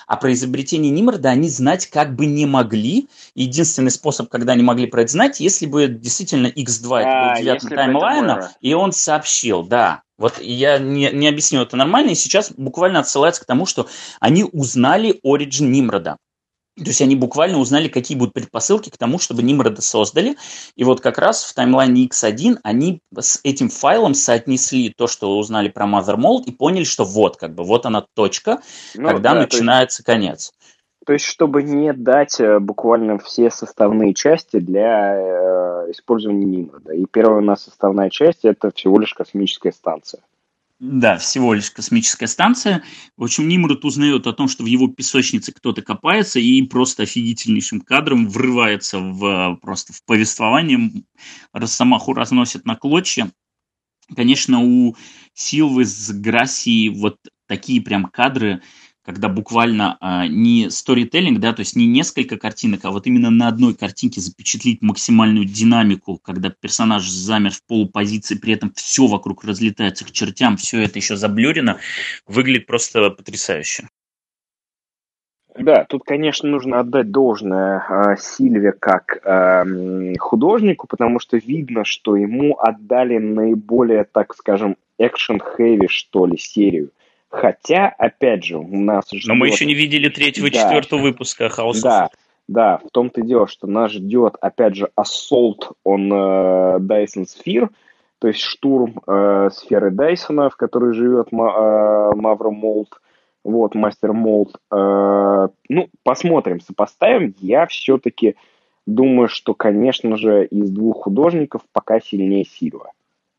а про изобретение Нимрода они знать как бы не могли. Единственный способ, когда они могли про это знать, если бы действительно икс два это был А, девятым если бы это таймлайном, было. и он сообщил, да. Вот я не, не объяснил это нормально, и сейчас буквально отсылается к тому, что они узнали оригин Нимрода. То есть они буквально узнали, какие будут предпосылки к тому, чтобы Нимрода создали. И вот как раз в таймлайне икс один они с этим файлом соотнесли то, что узнали про Mother Mold, и поняли, что вот, как бы, вот она точка, Ну, когда да, начинается то есть, конец. То есть, чтобы не дать э, буквально все составные части для э, использования Нимрода. И первая у нас составная часть – это всего лишь космическая станция. Да, всего лишь космическая станция. В общем, Нимрод узнает о том, что в его песочнице кто-то копается, и просто офигительнейшим кадром врывается в, просто в повествование, Росомаху разносит на клочья. Конечно, у Силвы с Грассией вот такие прям кадры, когда буквально а, не сторителлинг, да, то есть не несколько картинок, а вот именно на одной картинке запечатлить максимальную динамику, когда персонаж замер в полупозиции, при этом все вокруг разлетается к чертям, все это еще заблюрено, выглядит просто потрясающе. Да, тут, конечно, нужно отдать должное э, Сильве как э, художнику, потому что видно, что ему отдали наиболее, так скажем, экшен-хэви, что ли, серию. Хотя, опять же, у нас ждет... Но мы еще не видели третьего и да, четвертого выпуска House да, of X. Да, в том-то и дело, что нас ждет, опять же, Assault on uh, Dyson Sphere, то есть штурм э, сферы Дайсона, в которой живет Ма- э, Мавра Молд, вот, Мастер Молд. Э, ну, посмотрим, сопоставим. Я все-таки думаю, что, конечно же, из двух художников пока сильнее Сильва.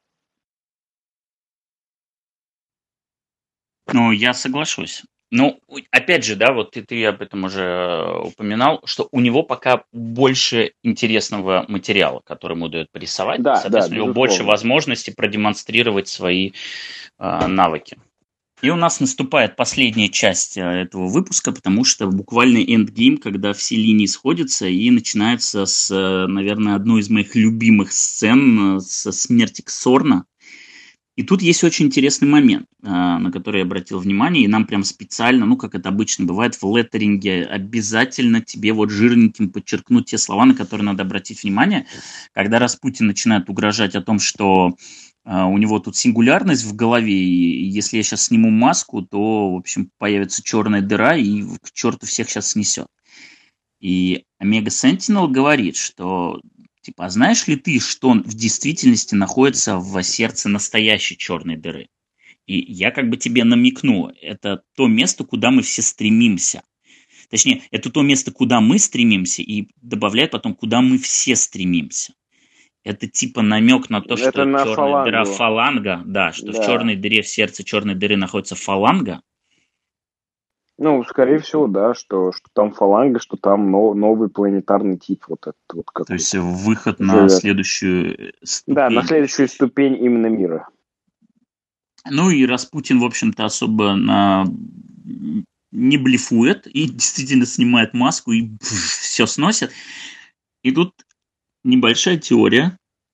Ну, я соглашусь. Ну, опять же, да, вот ты, ты об этом уже упоминал, что у него пока больше интересного материала, который ему дает порисовать. Да, Соответственно, да, у него больше безусловно. возможностей продемонстрировать свои э, навыки. И у нас наступает последняя часть этого выпуска, потому что буквально эндгейм, когда все линии сходятся, и начинается с, наверное, одной из моих любимых сцен, со смерти Ксорна. И тут есть очень интересный момент, на который я обратил внимание, и нам прям специально, ну, как это обычно бывает в леттеринге, обязательно тебе вот жирненьким подчеркнуть те слова, на которые надо обратить внимание. Когда Распутин начинает угрожать о том, что у него тут сингулярность в голове, и если я сейчас сниму маску, то, в общем, появится черная дыра, и к черту всех сейчас снесет. И Омега Сентинел говорит, что... Типа, а знаешь ли ты, что он в действительности находится в сердце настоящей черной дыры? И я как бы тебе намекну, это то место, куда мы все стремимся. Точнее, это то место, куда мы стремимся, и добавляет потом, куда мы все стремимся. Это типа намек на то, что Это на черная фалангу. дыра фаланга, да, что Да. в черной дыре, в сердце черной дыры находится фаланга. Ну, скорее всего, да, что, что там фаланга, что там нов, новый планетарный тип. Вот этот вот какой-то. То есть выход Живет. на следующую ступень. Да, на следующую ступень именно мира. Ну и Распутин, в общем-то, особо на... не блефует и действительно снимает маску и все сносит. И тут небольшая теория.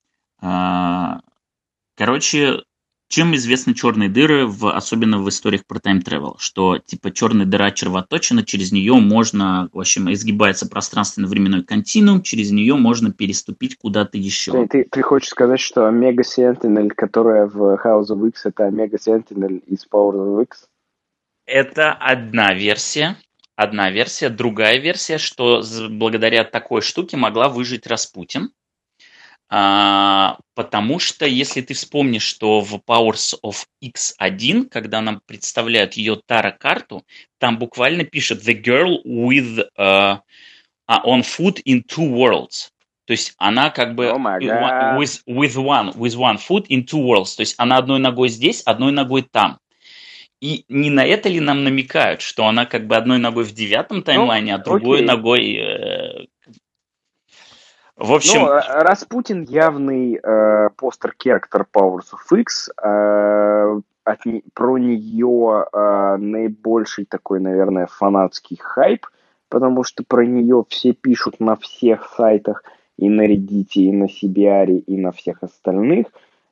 Короче, чем известны черные дыры, в, особенно в историях про тайм-тревел, что типа черная дыра червоточина, через нее можно, в общем, изгибается пространственно-временной континуум, через нее можно переступить куда-то еще. Ты, ты, ты хочешь сказать, что Омега Sentinel, которая в House of X, это Омега Sentinel из Power of X? Это одна версия. Одна версия. Другая версия, что благодаря такой штуке могла выжить Распутин. А, потому что, если ты вспомнишь, что в Powers of икс один, когда нам представляют ее Таро-карту, там буквально пишет «The girl with uh, on foot in two worlds». То есть она как бы oh with, with, one, with one foot in two worlds. То есть она одной ногой здесь, одной ногой там. И не на это ли нам намекают, что она как бы одной ногой в девятом таймлайне, ну, а другой окей. ногой... Э, в общем... Ну, Распутин явный э, постер-керактер Powers of X. Э, от, про нее э, наибольший такой, наверное, фанатский хайп, потому что про нее все пишут на всех сайтах, и на Reddit, и на си би ар, и на всех остальных.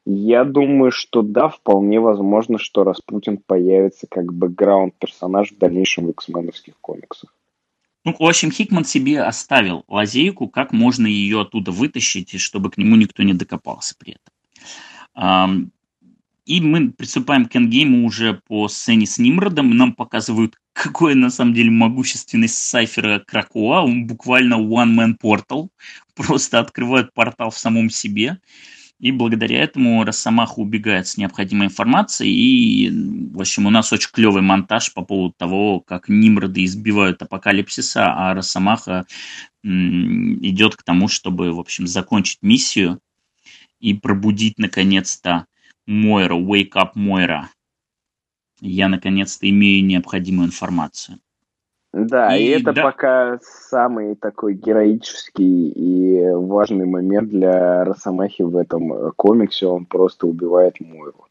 Я думаю, что да, вполне возможно, что Распутин появится как бэкграунд-персонаж в дальнейшем в X-меновских комиксах. Ну, в общем, Хикман себе оставил лазейку, как можно ее оттуда вытащить, чтобы к нему никто не докопался при этом. И мы приступаем к эндгейму уже по сцене с Нимродом, и нам показывают, какой на самом деле могущественный Сайфера Кракоа. Он буквально one-man portal, просто открывает портал в самом себе. И благодаря этому Росомаха убегает с необходимой информацией. И, в общем, у нас очень клевый монтаж по поводу того, как Нимроды избивают Апокалипсиса, а Росомаха м- идет к тому, чтобы, в общем, закончить миссию и пробудить, наконец-то, Мойра, Wake Up Мойра. Я, наконец-то, имею необходимую информацию. Да, и, и это да. пока самый такой героический и важный момент для Росомахи в этом комиксе. Он просто убивает Мойру.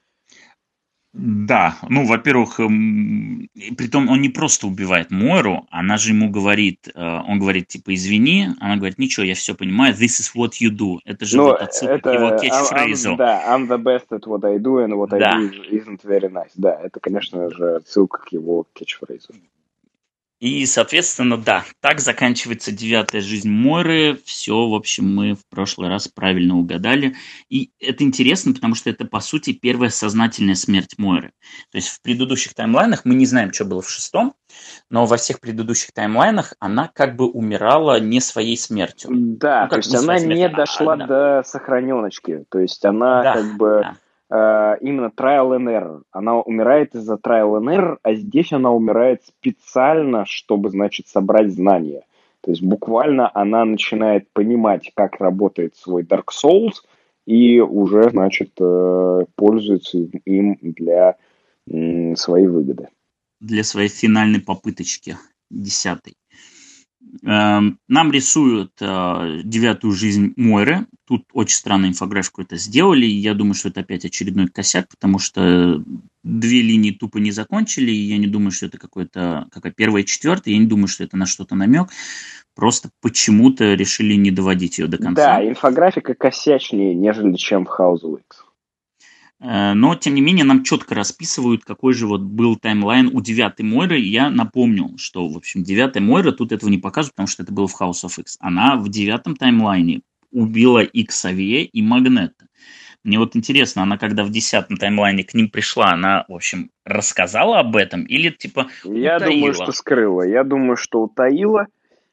Да, ну, во-первых, эм, притом он не просто убивает Мойру, она же ему говорит, э, он говорит, типа, извини, она говорит, ничего, я все понимаю, this is what you do. Это же ну, вот отсылка это, к его кетчфрейзу. Да, I'm the best at what I do, and what да. I do isn't very nice. Да, это, конечно же, отсылка к его кетчфрейзу. И, соответственно, да, так заканчивается девятая жизнь Мойры. Все, в общем, мы в прошлый раз правильно угадали. И это интересно, потому что это, по сути, первая сознательная смерть Мойры. То есть в предыдущих таймлайнах, мы не знаем, что было в шестом, но во всех предыдущих таймлайнах она как бы умирала не своей смертью. Да, ну, то есть она смерть, не дошла а, да. до сохраненочки. То есть она да, как бы... Да. именно trial and error. Она умирает из-за trial and error, а здесь она умирает специально, чтобы, значит, собрать знания. То есть буквально она начинает понимать, как работает свой Dark Souls, и уже, значит, пользуется им для своей выгоды. Для своей финальной попыточки, десятой. Нам рисуют э, девятую жизнь Мойры. Тут очень странную инфографику это сделали. Я думаю, что это опять очередной косяк, потому что две линии тупо не закончили. И я не думаю, что это какое-то, какая первая и четвертая. Я не думаю, что это на что-то намек. Просто почему-то решили не доводить ее до конца. Да, инфографика косячнее, нежели чем в House of X. Но, тем не менее, нам четко расписывают, какой же вот был таймлайн у девятой Мойры. Я напомню, что, в общем, девятая Мойра, тут этого не показывают, потому что это было в House of X. Она в девятом таймлайне убила и Ксавье, и Магнета. Мне вот интересно, она когда в десятом таймлайне к ним пришла, она, в общем, рассказала об этом или, типа, Я утаила? думаю, что скрыла. Я думаю, что утаила.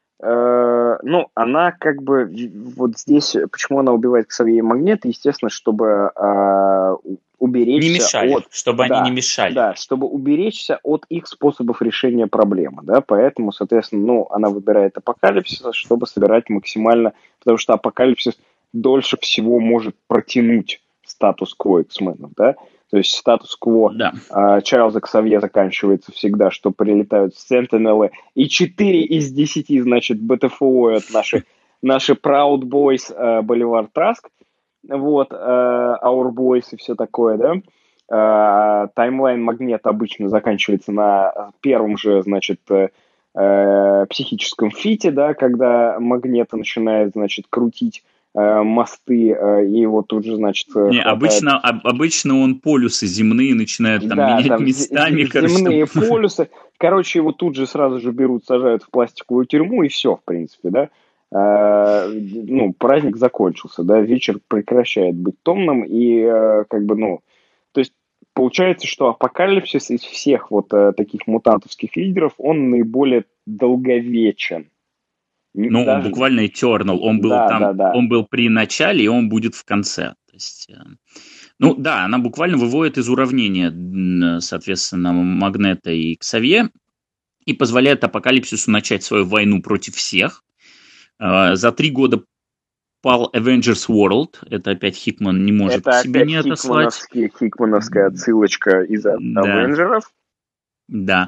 Ну, она как бы вот здесь, почему она убивает Ксавье и Магнета, естественно, чтобы э, уберечься не мешали, от... чтобы да, они не мешали. Да, чтобы уберечься от их способов решения проблемы, да, поэтому, соответственно, ну, она выбирает Апокалипсис, чтобы собирать максимально, потому что Апокалипсис дольше всего может протянуть статус-кво X-менов, да, то есть статус-кво да. э, Чарльза Ксавье заканчивается всегда, что прилетают Сентинелы, и четыре из десяти, значит, БТФО от наши, наши Proud Boys, э, Боливар Траск, вот, э, Our Boys и все такое, да. Э, таймлайн Магнета обычно заканчивается на первом же, значит, э, э, психическом фите, да, когда Магнета начинает, значит, крутить мосты, и его тут же, значит... Не, обычно, об, обычно он полюсы земные начинает там да, менять там местами. З- короче, земные там... полюсы. Короче, его тут же сразу же берут, сажают в пластиковую тюрьму, и все, в принципе, да. А, ну, праздник закончился, да, вечер прекращает быть томным, и а, как бы, ну... То есть получается, что Апокалипсис из всех вот а, таких мутантовских лидеров, он наиболее долговечен. Ну, даже... буквально Eternal. Он был да, там, да, да. он был при начале, и он будет в конце. То есть, ну да, она буквально выводит из уравнения, соответственно, Магнета и Ксавье, и позволяет Апокалипсису начать свою войну против всех. За три года пал Avengers World. Это опять Хикман не может это себе не отослать. Это хикмановская отсылочка из да. Авенджеров. Да.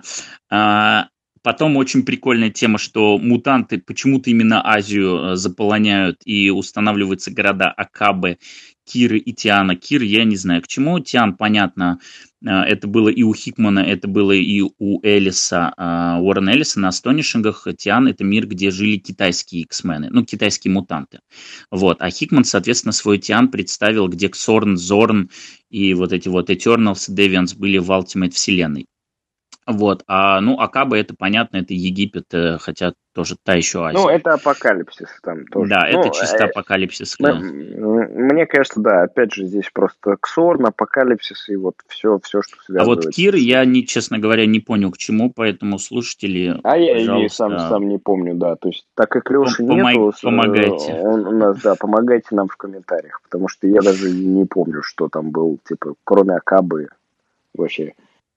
Потом очень прикольная тема, что мутанты почему-то именно Азию заполоняют и устанавливаются города Акабе Киры и Тиана. Кир я не знаю к чему. Тиан, понятно, это было и у Хикмана, это было и у Эллиса, Уоррена Эллиса на Астонишингах. Тиан — это мир, где жили китайские X-мены, ну, китайские мутанты. Вот. А Хикман, соответственно, свой Тиан представил, где Ксорн, Зорн и вот эти вот Eternals, Deviants были в Ultimate вселенной. Вот, а, ну, Акаба, это понятно, это Египет, хотя тоже та еще Азия. Ну, это апокалипсис там тоже. Да, ну, это чисто э, апокалипсис. Мне кажется, да, опять же, здесь просто Ксорн, апокалипсис и вот все, все что связывается. А вот Кир, я, не, честно говоря, не понял, к чему, поэтому слушатели, А я и сам, сам не помню, да, то есть, так как Леши Пом- нету, помогайте. Он, у нас, да, помогайте нам в комментариях, потому что я даже не помню, что там был, типа, кроме Акабы вообще.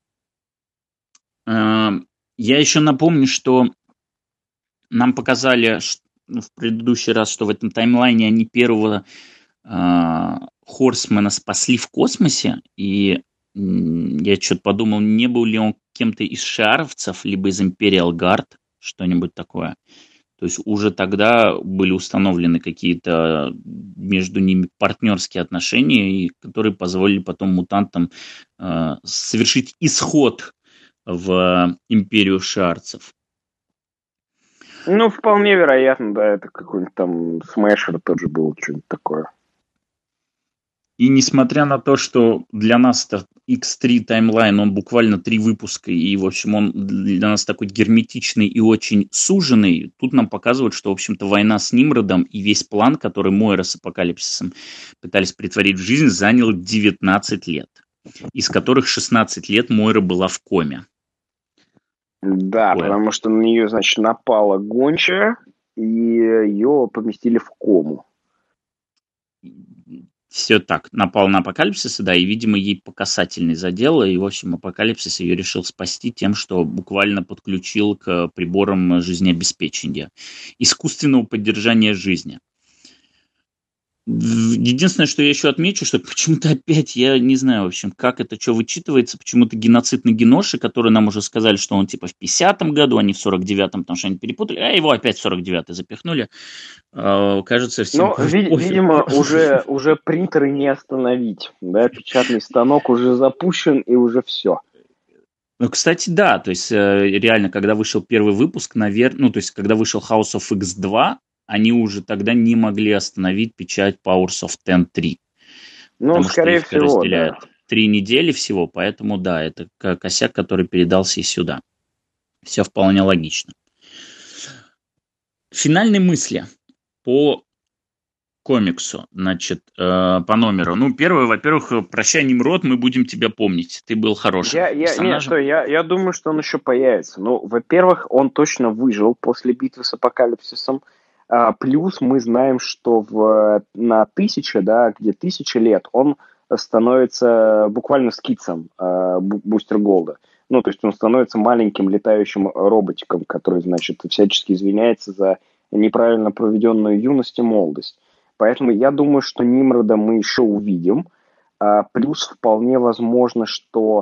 Я еще напомню, что нам показали в предыдущий раз, что в этом таймлайне они первого Хорсмена спасли в космосе, и я что-то подумал, не был ли он кем-то из шиаровцев, либо из Imperial Guard, что-нибудь такое. То есть уже тогда были установлены какие-то между ними партнерские отношения, которые позволили потом мутантам совершить исход в империю шиарцев. Ну, вполне вероятно, да, это какой-нибудь там Смешер тоже был, что-нибудь такое. И несмотря на то, что для нас это икс три таймлайн, он буквально три выпуска, и, в общем, он для нас такой герметичный и очень суженный, тут нам показывают, что, в общем-то, война с Нимродом и весь план, который Мойра с Апокалипсисом пытались притворить в жизнь, занял девятнадцать лет, из которых шестнадцать лет Мойра была в коме. Да, Ой. потому что на нее, значит, напала гончая, и ее поместили в кому. Все так. Напал на Апокалипсиса, да, и, видимо, ей по касательной задело, и, в общем, Апокалипсис ее решил спасти тем, что буквально подключил к приборам жизнеобеспечения, искусственного поддержания жизни. Единственное, что я еще отмечу, что почему-то опять, я не знаю, в общем, как это, что вычитывается, почему-то геноцид на Геноше, который нам уже сказали, что он типа в пятидесятом году, а не в сорок девятом, потому что они перепутали, а его опять в сорок девятый запихнули. Кажется, всем... Ну, ви- видимо, уже, уже принтеры не остановить, да, печатный станок уже запущен, и уже все. Ну, кстати, да, то есть реально, когда вышел первый выпуск, наверное, ну, то есть когда вышел House of икс два, они уже тогда не могли остановить печать Powers of Ten три. Ну, потому скорее что их всего, разделяют да. Три недели всего, поэтому, да, это косяк, который передался и сюда. Все вполне логично. Финальные мысли по комиксу, значит, э, по номеру. Ну, первое, во-первых, прощай, Нимрод, мы будем тебя помнить. Ты был хорошим я, я, персонажем. Нет, стой, я, я думаю, что он еще появится. Ну, во-первых, он точно выжил после битвы с Апокалипсисом. А, плюс мы знаем, что в, на тысяче, да, где тысяча лет, он становится буквально скицем э, Бустер Голда. Ну, то есть он становится маленьким летающим роботиком, который, значит, всячески извиняется за неправильно проведенную юность и молодость. Поэтому я думаю, что Нимрода мы еще увидим. А, плюс вполне возможно, что...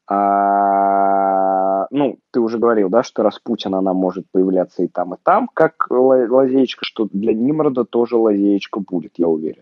А, ну, ты уже говорил, да, что Распутин, она может появляться и там, и там, как лазеечка, что для Нимрода тоже лазеечка будет, я уверен.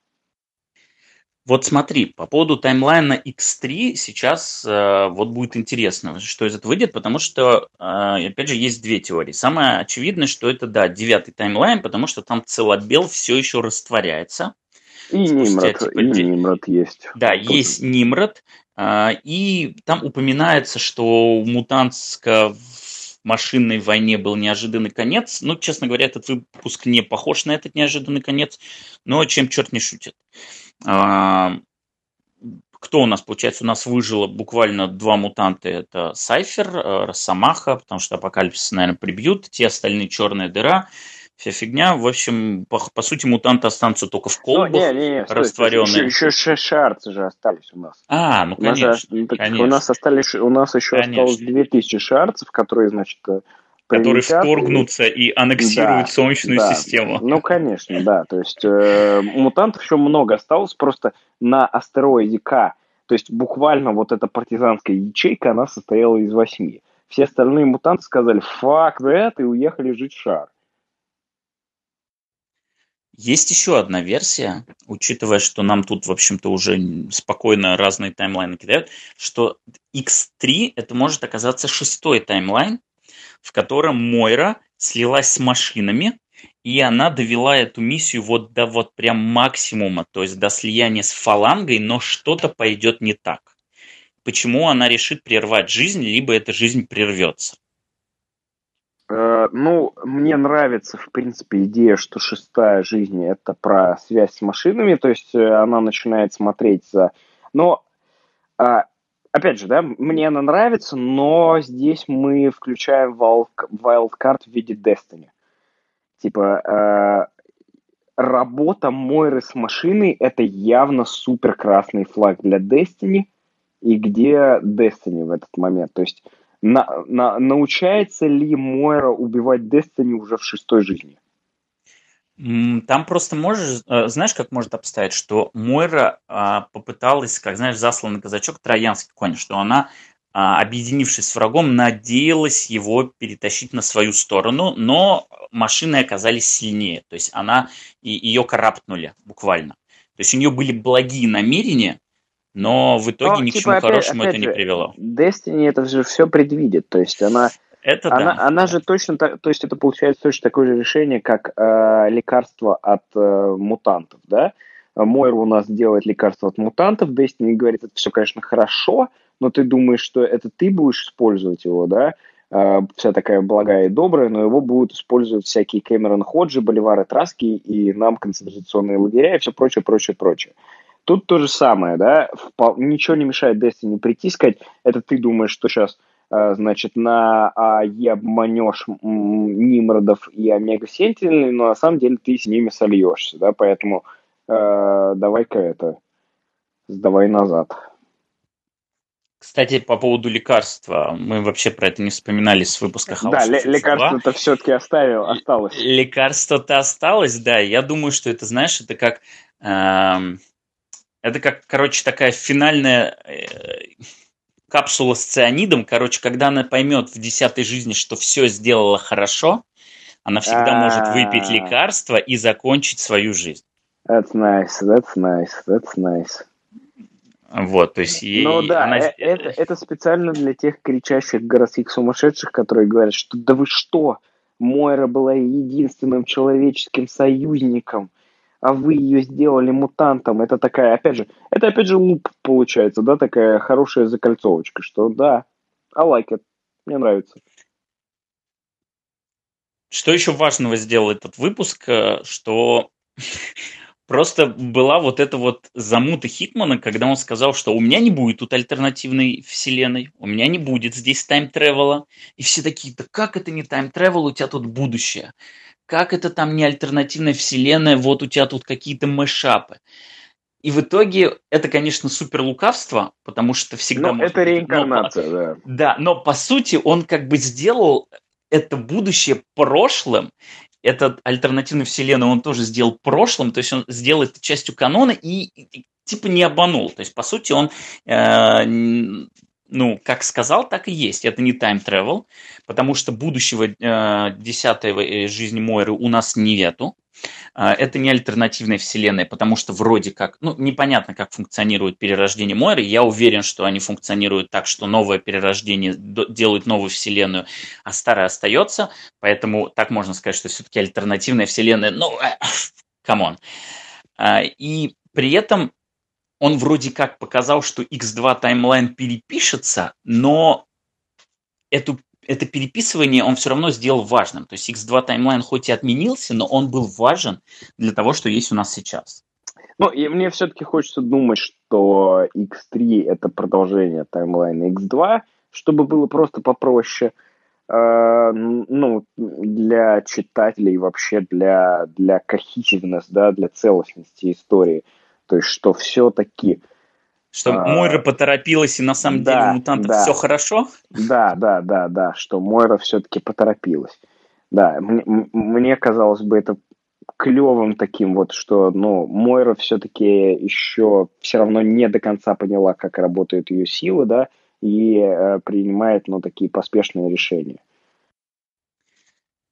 Вот смотри, по поводу таймлайна икс три сейчас э, вот будет интересно, что из этого выйдет, потому что, э, опять же, есть две теории. Самое очевидное, что это, да, девятый таймлайн, потому что там Целобел все еще растворяется. И Нимрод, типа, и Нимрод есть. Да, тоже есть Нимрод, э, и там упоминается, что у мутантско в машинной войне был неожиданный конец. Ну, честно говоря, этот выпуск не похож на этот неожиданный конец, но чем черт не шутит. Кто у нас, получается, у нас выжило буквально два мутанта, это Сайфер, Росомаха, потому что Апокалипсис, наверное, прибьют, те остальные черная дыра, вся фигня, в общем, по, по сути, мутанты останутся только в колбах, ну, не, не, не, растворенные. Еще, еще шиарцы же остались у нас. А, ну, конечно, у нас, конечно. У нас, остались, у нас еще конечно. осталось две тысячи шиарцев, которые, значит... Которые вторгнутся и, и аннексируют да, Солнечную да. систему. Ну, конечно, да. То есть э, мутантов еще много осталось, просто на астероиде К. То есть буквально вот эта партизанская ячейка, она состояла из восьми. Все остальные мутанты сказали «fuck that» и уехали жить в шар. Есть еще одна версия, учитывая, что нам тут, в общем-то, уже спокойно разные таймлайны кидают, что икс три это может оказаться шестой таймлайн, в котором Мойра слилась с машинами, и она довела эту миссию вот до вот прям максимума, то есть до слияния с фалангой, но что-то пойдет не так. Почему она решит прервать жизнь, либо эта жизнь прервется? Ну, мне нравится, в принципе, идея, что шестая жизнь – это про связь с машинами, то есть она начинает смотреть за... Но, опять же, да, мне она нравится, но здесь мы включаем wildcard в виде Destiny. Типа, работа Мойры с машиной – это явно супер красный флаг для Destiny, и где Destiny в этот момент. То есть на, на, научается ли Мойра убивать Destiny уже в шестой жизни? Там просто можешь, знаешь, как может обстоять, что Мойра попыталась, как знаешь, засланный казачок, троянский конь, что она, объединившись с врагом, надеялась его перетащить на свою сторону, но машины оказались сильнее, то есть она, и ее караптнули буквально. То есть у нее были благие намерения, но в итоге но, ни типа, к чему опять, хорошему опять это же, не привело. Destiny это же все предвидит, то есть она... Это она, да. Она да. же точно так, то есть это получается точно такое же решение, как э, лекарство от э, мутантов, да? Мойра у нас делает лекарство от мутантов, Destiny говорит, это все, конечно, хорошо, но ты думаешь, что это ты будешь использовать его, да? Э, вся такая благая и добрая, но его будут использовать всякие Кэмерон Ходжи, Боливары Траски и нам концентрационные лагеря и все прочее, прочее, прочее. Тут то же самое, да, ничего не мешает Destiny прийти и сказать, это ты думаешь, что сейчас, значит, на АЕ обманешь Нимродов и Омега Сентинелей, но на самом деле ты с ними сольешься, да, поэтому э, давай-ка это, сдавай назад. Кстати, по поводу лекарства, мы вообще про это не вспоминали с выпуска House Да, л- лекарство-то все-таки оставил, осталось. Лекарство-то осталось, да, я думаю, что это, знаешь, это как... Э- Это как, короче, такая финальная э, капсула с цианидом. Короче, когда она поймет в десятой жизни, что все сделала хорошо, она всегда может выпить лекарство и закончить свою жизнь. That's nice, that's nice, that's nice. Вот, то есть ей... Ну да, она... это, это специально для тех кричащих городских сумасшедших, которые говорят, что да вы что, Мойра была единственным человеческим союзником, а вы ее сделали мутантом. Это такая, опять же, это опять же луп получается, да, такая хорошая закольцовочка, что да, I like it, мне нравится. Что еще важного сделал этот выпуск, что просто была вот эта вот замута Хикмана, когда он сказал, что у меня не будет тут альтернативной вселенной, у меня не будет здесь тайм-тревела. И все такие, да как это не тайм-тревел, у тебя тут будущее? Как это там не альтернативная вселенная, вот у тебя тут какие-то мэшапы. И в итоге это, конечно, супер лукавство, потому что всегда... Ну, это реинкарнация, но, да. Да, но по сути он как бы сделал это будущее прошлым, этот альтернативную вселенную он тоже сделал прошлым, то есть он сделал это частью канона и, и типа не обманул. То есть, по сути, он... Э, ну, как сказал, так и есть. Это не тайм-тревел, потому что будущего э, десятой жизни Мойры у нас нету. Э, это не альтернативная вселенная, потому что вроде как, ну, непонятно, как функционирует перерождение Мойры. Я уверен, что они функционируют так, что новое перерождение делает новую вселенную, а старая остается. Поэтому так можно сказать, что все-таки альтернативная вселенная, ну, камон. Э, и при этом он вроде как показал, что икс два таймлайн перепишется, но эту, это переписывание он все равно сделал важным. То есть икс два таймлайн хоть и отменился, но он был важен для того, что есть у нас сейчас. Ну, и мне все-таки хочется думать, что икс три это продолжение таймлайна икс два, чтобы было просто попроще. Uh, ну, для читателей вообще для, для cohesiveness, да, для целостности истории. То есть, что все-таки... Что uh, Мойра поторопилась, и на самом да, деле у мутантов да. все хорошо? Да, да, да, да, что Мойра все-таки поторопилась. Да, мне, мне казалось бы это клевым таким вот, что, ну, Мойра все-таки еще все равно не до конца поняла, как работают ее силы, да, и э, принимает, ну, такие поспешные решения.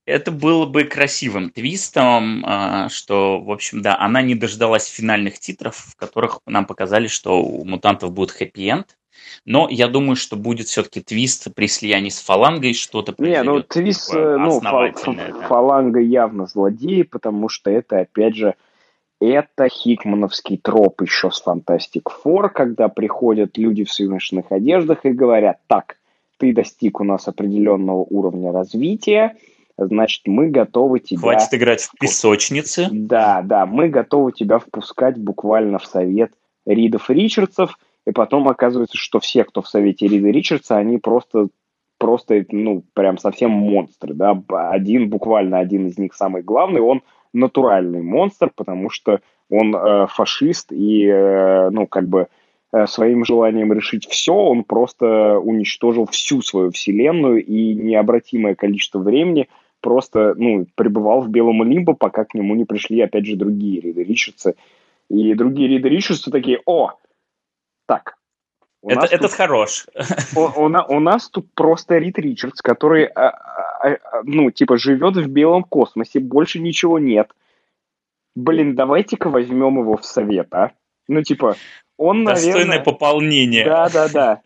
Это было бы красивым твистом, а, что, в общем, да, она не дождалась финальных титров, в которых нам показали, что у мутантов будет хэппи-энд. Но я думаю, что будет все-таки твист при слиянии с фалангой, что-то Не, ну произойдет твист, такое ну, фал- основательное. ф- Да. фаланга явно злодеи, потому что это, опять же, это хикмановский троп еще с Fantastic Four, когда приходят люди в смешанных одеждах и говорят: так, ты достиг у нас определенного уровня развития, значит, мы готовы тебя... Хватит играть в песочнице. Да, да, мы готовы тебя впускать буквально в совет Ридов Ричардсов, и потом оказывается, что все, кто в совете Рида Ричардса, они просто, просто, ну, прям совсем монстры, да, один, буквально один из них самый главный, он натуральный монстр, потому что он э, фашист и, э, ну, как бы э, своим желанием решить все, он просто уничтожил всю свою вселенную и необратимое количество времени просто, ну, пребывал в белом лимбо, пока к нему не пришли, опять же, другие Риды Ричардсы. И другие Риды Ричардсы такие: о, так, у Это, нас этот тут, хорош. у, у на- у нас тут просто Рид Ричардс, который, а, а, а, ну, типа, живет в белом космосе, больше ничего нет. Блин, давайте-ка возьмем его в совет, а? Ну, типа, он, Достойное наверное... пополнение. Да-да-да.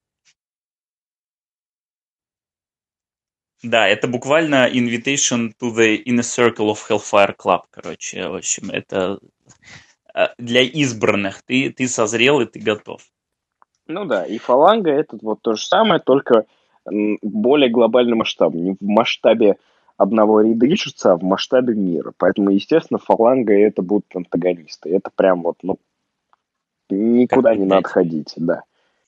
Да, это буквально invitation to the inner circle of Hellfire Club, короче. В общем, это э, для избранных. Ты, ты созрел и ты готов. Ну да, и фаланга это вот то же самое, только м, более глобальный масштаб. Не в масштабе одного Рида Ричардса, а в масштабе мира. Поэтому, естественно, фаланга это будут антагонисты. Это прям вот, ну, никуда Как не надо ходить, да.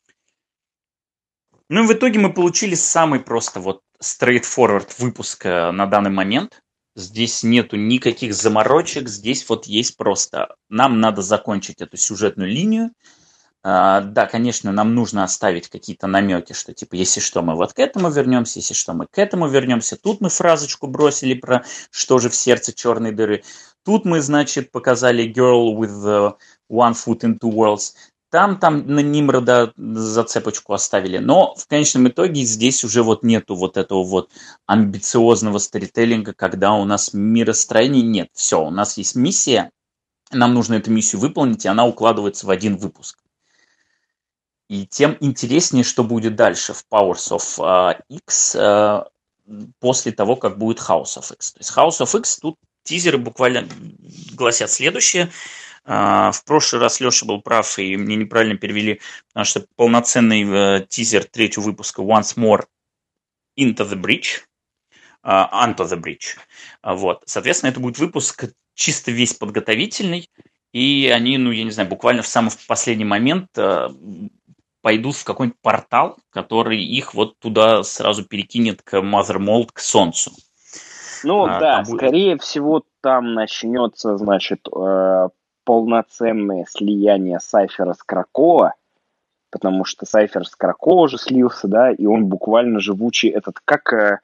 Ну и в итоге мы получили самый просто вот straightforward выпуск э, на данный момент. Здесь нету никаких заморочек, здесь вот есть просто: нам надо закончить эту сюжетную линию. А, да, конечно, нам нужно оставить какие-то намеки, что типа, если что, мы вот к этому вернемся, если что, мы к этому вернемся. Тут мы фразочку бросили про что же в сердце черной дыры. Тут мы, значит, показали girl with the one foot in two worlds. Там, там на Нимрода зацепочку оставили. Но в конечном итоге здесь уже вот нету вот этого вот амбициозного сторителлинга, когда у нас миростроения нет. Все, у нас есть миссия, нам нужно эту миссию выполнить, и она укладывается в один выпуск. И тем интереснее, что будет дальше в Powers of uh, X uh, после того, как будет House of X. То есть House of X, тут тизеры буквально гласят следующее. Uh, в прошлый раз Леша был прав, и мне неправильно перевели, потому что полноценный uh, тизер третьего выпуска Once More Into the Breach. Uh, Onto the Breach. Uh, вот. Соответственно, это будет выпуск чисто весь подготовительный, и они, ну, я не знаю, буквально в самый последний момент uh, пойдут в какой-нибудь портал, который их вот туда сразу перекинет к Mother Mold, к Солнцу. Ну а, да, будет... скорее всего, там начнется, значит, э, полноценное слияние Сайфера с Кракоа, потому что Сайфер с Кракоа уже слился, да, и он буквально живучий, этот, как, э,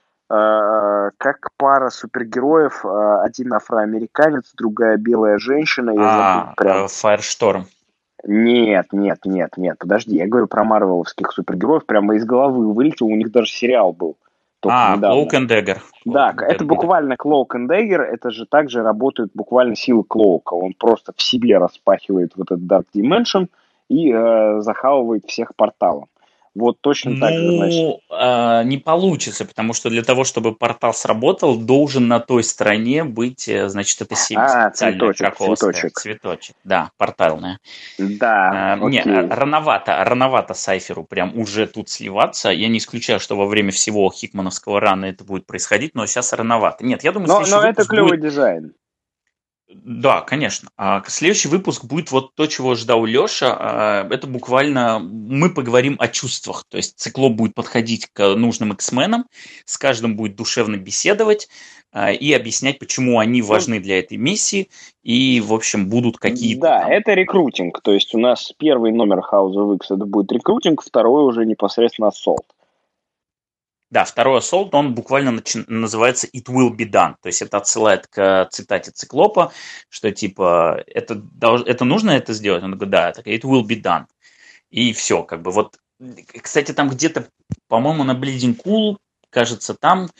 э, как пара супергероев, э, один афроамериканец, другая белая женщина. Я а, забыл, прям... Firestorm. Нет, нет, нет, нет, подожди, я говорю про марвеловских супергероев, прямо из головы вылетел, у них даже сериал был. А, Cloak and Dagger. Да, Cloak это Dagger. Буквально Cloak and Dagger, это же также работают буквально силы Клоука. Он просто в себе распахивает вот этот Dark Dimension и э, захавывает всех порталом. Вот точно ну, так же, значит. Э, не получится, потому что для того, чтобы портал сработал, должен на той стороне быть, значит, это семя. А, цветочек, цветочек. Цветочек, да, портальная. Да, э, Не, рановато, рановато Сайферу прям уже тут сливаться. Я не исключаю, что во время всего хикмановского рана это будет происходить, но сейчас рановато. Нет, я думаю, но, но это клевый будет... дизайн. Да, конечно. А следующий выпуск будет вот то, чего ждал Леша. Это буквально мы поговорим о чувствах. То есть Циклоп будет подходить к нужным X-менам, с каждым будет душевно беседовать и объяснять, почему они важны для этой миссии. И, в общем, будут какие-то... Да, там... это рекрутинг. То есть у нас первый номер House of X это будет рекрутинг, второй уже непосредственно Assault. Да, второй Assault, он буквально начи- называется It Will Be Done. То есть это отсылает к цитате Циклопа, что типа это, это нужно это сделать? Он говорит, да, так, It Will Be Done. И все, как бы вот. Кстати, там где-то, по-моему, на Bleeding Cool, кажется, там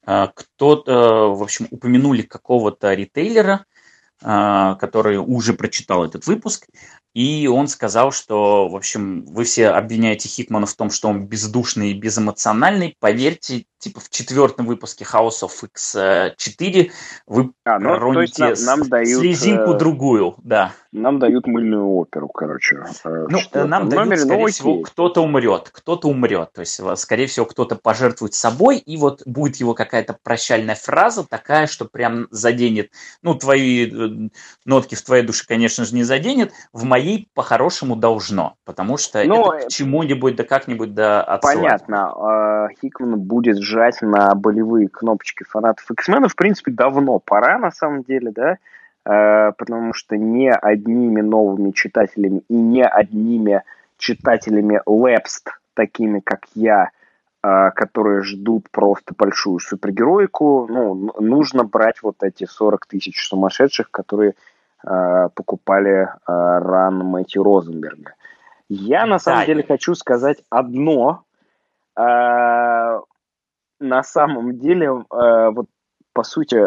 кто-то, в общем, упомянули какого-то ритейлера, который уже прочитал этот выпуск, и он сказал, что, в общем, вы все обвиняете Хикмана в том, что он бездушный и безэмоциональный. Поверьте, типа в четвертом выпуске House of икс четыре вы а, ну, роните нам, нам дают, слезинку э... другую, да. Нам дают мыльную оперу, короче. Ну, нам дают, номере, скорее ну, всего, кто-то умрет, кто-то умрет. То есть, скорее всего, кто-то пожертвует собой, и вот будет его какая-то прощальная фраза такая, что прям заденет, ну, твои нотки в твоей душе, конечно же, не заденет, в моей по-хорошему должно, потому что ну, это к чему-нибудь, да как-нибудь, да отсылать. Понятно. Хикман будет жать на болевые кнопочки фанатов X-Men, в принципе, давно пора, на самом деле, да, потому что не одними новыми читателями и не одними читателями лэпст, такими как я, которые ждут просто большую супергероику, ну, нужно брать вот эти сорок тысяч сумасшедших, которые покупали ран Мэтью Розенберга. Я на самом да, деле хочу сказать одно. На самом деле, вот по сути,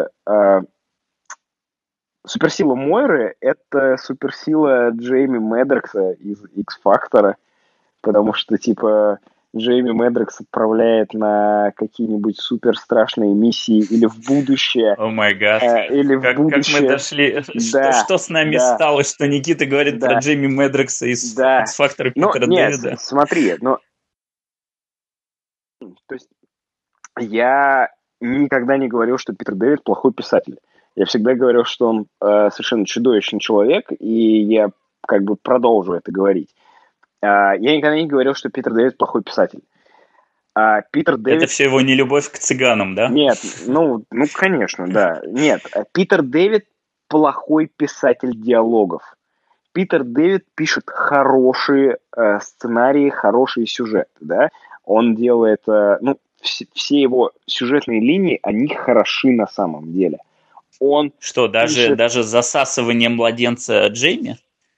суперсила Мойры — это суперсила Джейми Медрокса из X-Factor, потому что, типа, Джейми Медрокс отправляет на какие-нибудь супер страшные миссии или в будущее. О май гад. Или в как, будущее. Как мы дошли. Да, что, что с нами да. стало, что Никита говорит да. про Джейми Медрокса из да. X-Factor ну, Питера нет, Дэвида? Смотри, ну... То есть я никогда не говорил, что Питер Дэвид плохой писатель. Я всегда говорил, что он э, совершенно чудовищный человек, и я как бы продолжу это говорить. Uh, я никогда не говорил, что Питер Дэвид плохой писатель. Uh, Питер Дэвид... Это все его нелюбовь к цыганам, да? Нет, ну, ну, конечно, да. Нет, Питер Дэвид плохой писатель диалогов. Питер Дэвид пишет хорошие uh, сценарии, хорошие сюжеты, да. Он делает, uh, ну, вс- все его сюжетные линии, они хороши на самом деле. Он Что, даже, пишет... даже засасывание младенца Джейми?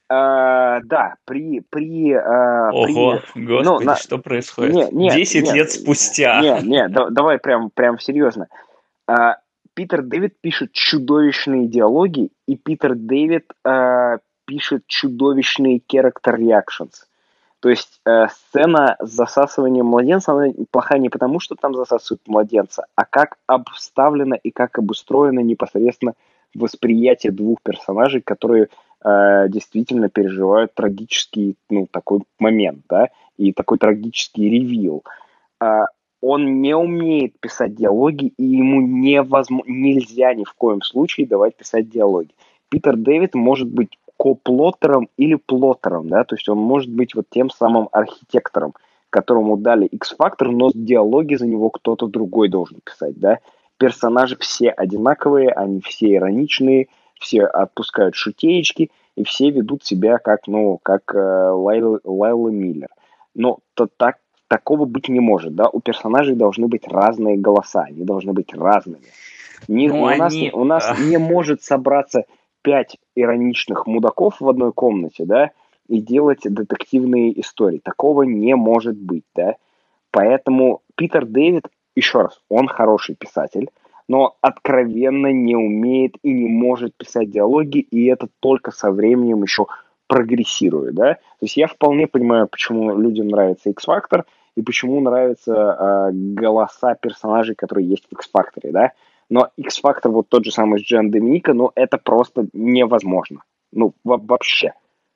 Uh, да, при... при uh, Ого, при, господи, ну, на... что происходит? Не, не, Десять не, лет спустя. Не, не, да, давай прям, прям серьезно. Uh, Питер Дэвид пишет чудовищные диалоги, и Питер Дэвид uh, пишет чудовищные character reactions. То есть uh, сцена с засасыванием младенца, она плоха не потому, что там засасывают младенца, а как обставлено и как обустроено непосредственно восприятие двух персонажей, которые э, действительно переживают трагический, ну, такой момент, да, и такой трагический ревил. Э, он не умеет писать диалоги, и ему невозможно, нельзя ни в коем случае давать писать диалоги. Питер Дэвид может быть коплоттером или плоттером, да, то есть он может быть вот тем самым архитектором, которому дали X-Factor, но диалоги за него кто-то другой должен писать, да. Персонажи все одинаковые, они все ироничные, все отпускают шутеечки, и все ведут себя как, ну, как э, Лайла, Лайла Миллер. Но то, так, такого быть не может, да, у персонажей должны быть разные голоса, они должны быть разными. Не, ну, у, они... нас, у нас не может собраться пять ироничных мудаков в одной комнате, да, и делать детективные истории. Такого не может быть, да. Поэтому Питер Дэвид, еще раз, он хороший писатель, но откровенно не умеет и не может писать диалоги, и это только со временем еще прогрессирует, да. То есть я вполне понимаю, почему людям нравится X-Factor и почему нравятся э, голоса персонажей, которые есть в X-Factor, да. Но X-Factor, вот тот же самый с Джан Доминика, ну, это просто невозможно. Ну, вообще.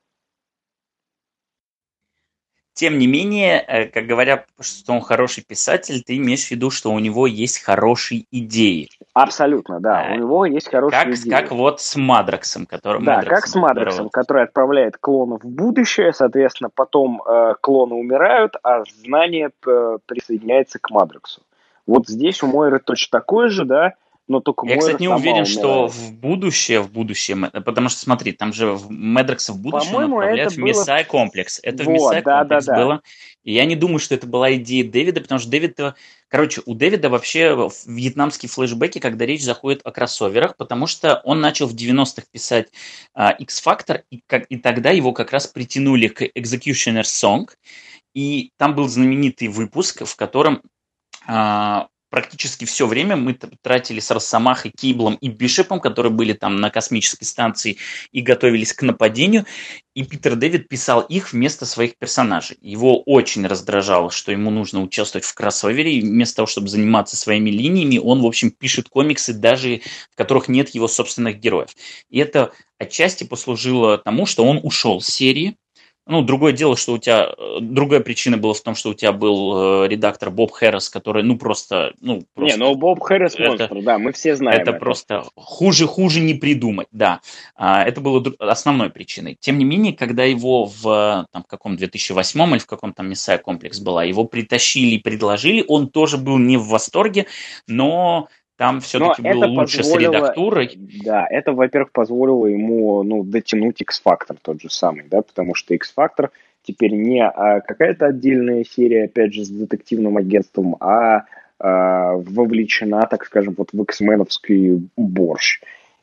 Тем не менее, как говоря, что он хороший писатель, ты имеешь в виду, что у него есть хорошие идеи. Абсолютно, да. А, у него есть хорошие как, идеи. Как вот с Мадроксом, который... Да, Мадроксом, как с Мадроксом, который, который отправляет клонов в будущее, соответственно, потом э, клоны умирают, а знание э, присоединяется к Мадроксу. Вот здесь у Мойры точно такое же, да, но только Я, Мойра кстати, не сама уверен, умирает. что в будущее, в будущее, потому что, смотри, там же Медрокса в будущее По-моему, направляют это в Мессай было... комплекс. Это вот, в Мессай да, комплекс да, да. было. И я не думаю, что это была идея Дэвида, потому что Дэвид... Короче, у Дэвида вообще вьетнамские флешбеки, когда речь заходит о кроссоверах, потому что он начал в девяностых писать uh, X-Factor, и, как, и тогда его как раз притянули к Executioner's Song, и там был знаменитый выпуск, в котором... Uh, практически все время мы тратили с Росомахой, Кейблом и Бишопом, которые были там на космической станции и готовились к нападению, и Питер Дэвид писал их вместо своих персонажей. Его очень раздражало, что ему нужно участвовать в кроссовере, и вместо того, чтобы заниматься своими линиями, он, в общем, пишет комиксы, даже в которых нет его собственных героев. И это отчасти послужило тому, что он ушел с серии. Ну, другое дело, что у тебя... Другая причина была в том, что у тебя был э, редактор Боб Хэррис, который, ну, просто... Ну, просто не, ну, Боб Хэррис монстр, да, мы все знаем это. Это просто хуже-хуже не придумать, да. А, это было основной причиной. Тем не менее, когда его в там, каком две тысячи восьмом или в каком там Мессайя комплекс была, его притащили и предложили, он тоже был не в восторге, но... Там все-таки было лучше с редактурой. Да, это, во-первых, позволило ему ну, дотянуть X-Factor тот же самый, да, потому что X-Factor теперь не а, какая-то отдельная серия, опять же, с детективным агентством, а, а вовлечена, так скажем, вот в X-меновский борщ.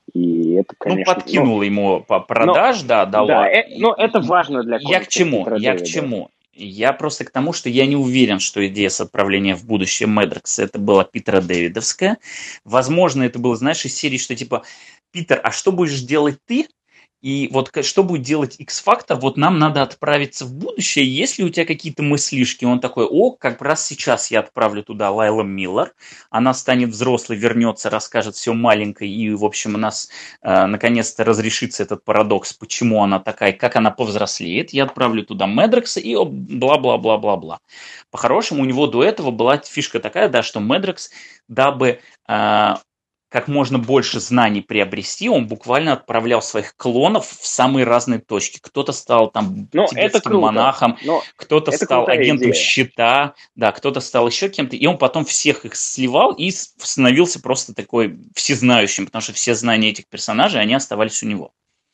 И это, конечно... Ну, подкинул ну, ему по продаж, но, да, дало. Да, э, но это важно для комикса. Я к чему? Я к чему? Я просто к тому, что я не уверен, что идея с отправлением в будущее Медрекса это была Питера Дэвидовская. Возможно, это было, знаешь, из серии, что типа, Питер, а что будешь делать ты? И вот что будет делать X-Factor, вот нам надо отправиться в будущее. Есть ли у тебя какие-то мыслишки? Он такой, о, как раз сейчас я отправлю туда Лайлу Миллер. Она станет взрослой, вернется, расскажет все маленькой. И, в общем, у нас э, наконец-то разрешится этот парадокс, почему она такая, как она повзрослеет. Я отправлю туда Медрекса и бла-бла-бла-бла-бла. По-хорошему, у него до этого была фишка такая, да, что Медрекс, дабы... Э, как можно больше знаний приобрести, он буквально отправлял своих клонов в самые разные точки. Кто-то стал там но тибетским монахом, но кто-то стал агентом идея. Щита, да, кто-то стал еще кем-то, и он потом всех их сливал и становился просто такой всезнающим, потому что все знания этих персонажей, они оставались у него.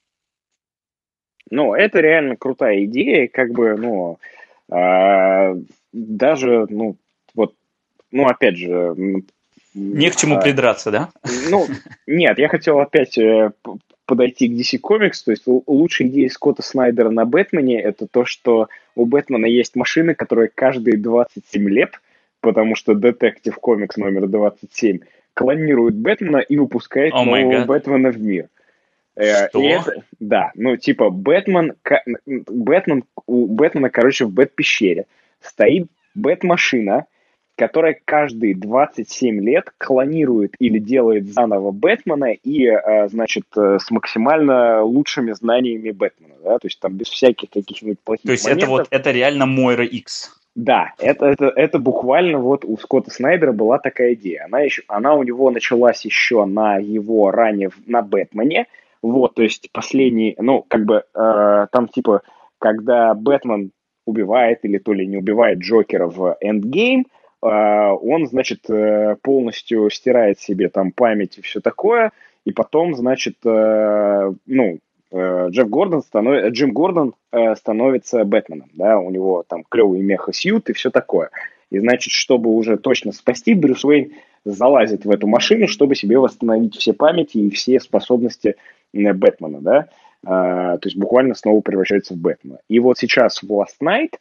Ну, это реально крутая идея, как бы, ну, э, даже, ну, вот, ну, опять же... Не к чему придраться, да? Ну, нет, я хотел опять э, подойти к ди си Comics, то есть лучшая идея Скотта Снайдера на Бэтмене это то, что у Бэтмена есть машины, которые каждые двадцать семь лет, потому что Detective Comics номер двадцать семь клонирует Бэтмена и выпускает oh нового Бэтмена в мир. Что? И это, да, ну типа Бэтмен, Бэтмен, у Бэтмена, короче, в Бэт-пещере стоит Бэт-машина, которая каждые двадцать семь лет клонирует или делает заново Бэтмена и, значит, с максимально лучшими знаниями Бэтмена, да, то есть там без всяких каких-нибудь плохих То есть моментов. это вот, это реально Мойра Икс. Да, это, это, это буквально вот у Скотта Снайдера была такая идея. Она, еще, она у него началась еще на его ранее, на Бэтмене, вот, то есть последний, ну, как бы, э, там типа, когда Бэтмен убивает или то ли не убивает Джокера в Эндгейм, он, значит, полностью стирает себе там память и все такое, и потом, значит, ну, Джефф Гордон становится, Джим Гордон становится Бэтменом, да, у него там клевый меха-сьют и все такое. И, значит, чтобы уже точно спасти, Брюс Уэйн залазит в эту машину, чтобы себе восстановить все памяти и все способности Бэтмена, да, то есть буквально снова превращается в Бэтмена. И вот сейчас в Last Night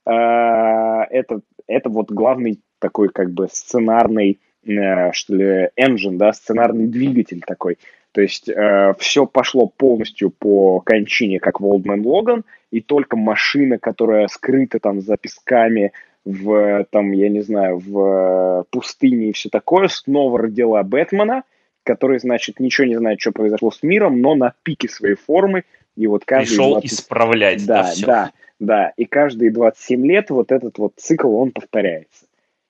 это, это вот главный такой как бы сценарный, э, что ли, engine, да, сценарный двигатель такой. То есть э, все пошло полностью по кончине, как в Old Man Logan, и только машина, которая скрыта там за песками, в, там, я не знаю, в пустыне и все такое, снова родила Бэтмена, который, значит, ничего не знает, что произошло с миром, но на пике своей формы. И вот каждый пришел двадцать... исправлять, да, да, все. Да, да, и каждые двадцать семь лет вот этот вот цикл, он повторяется.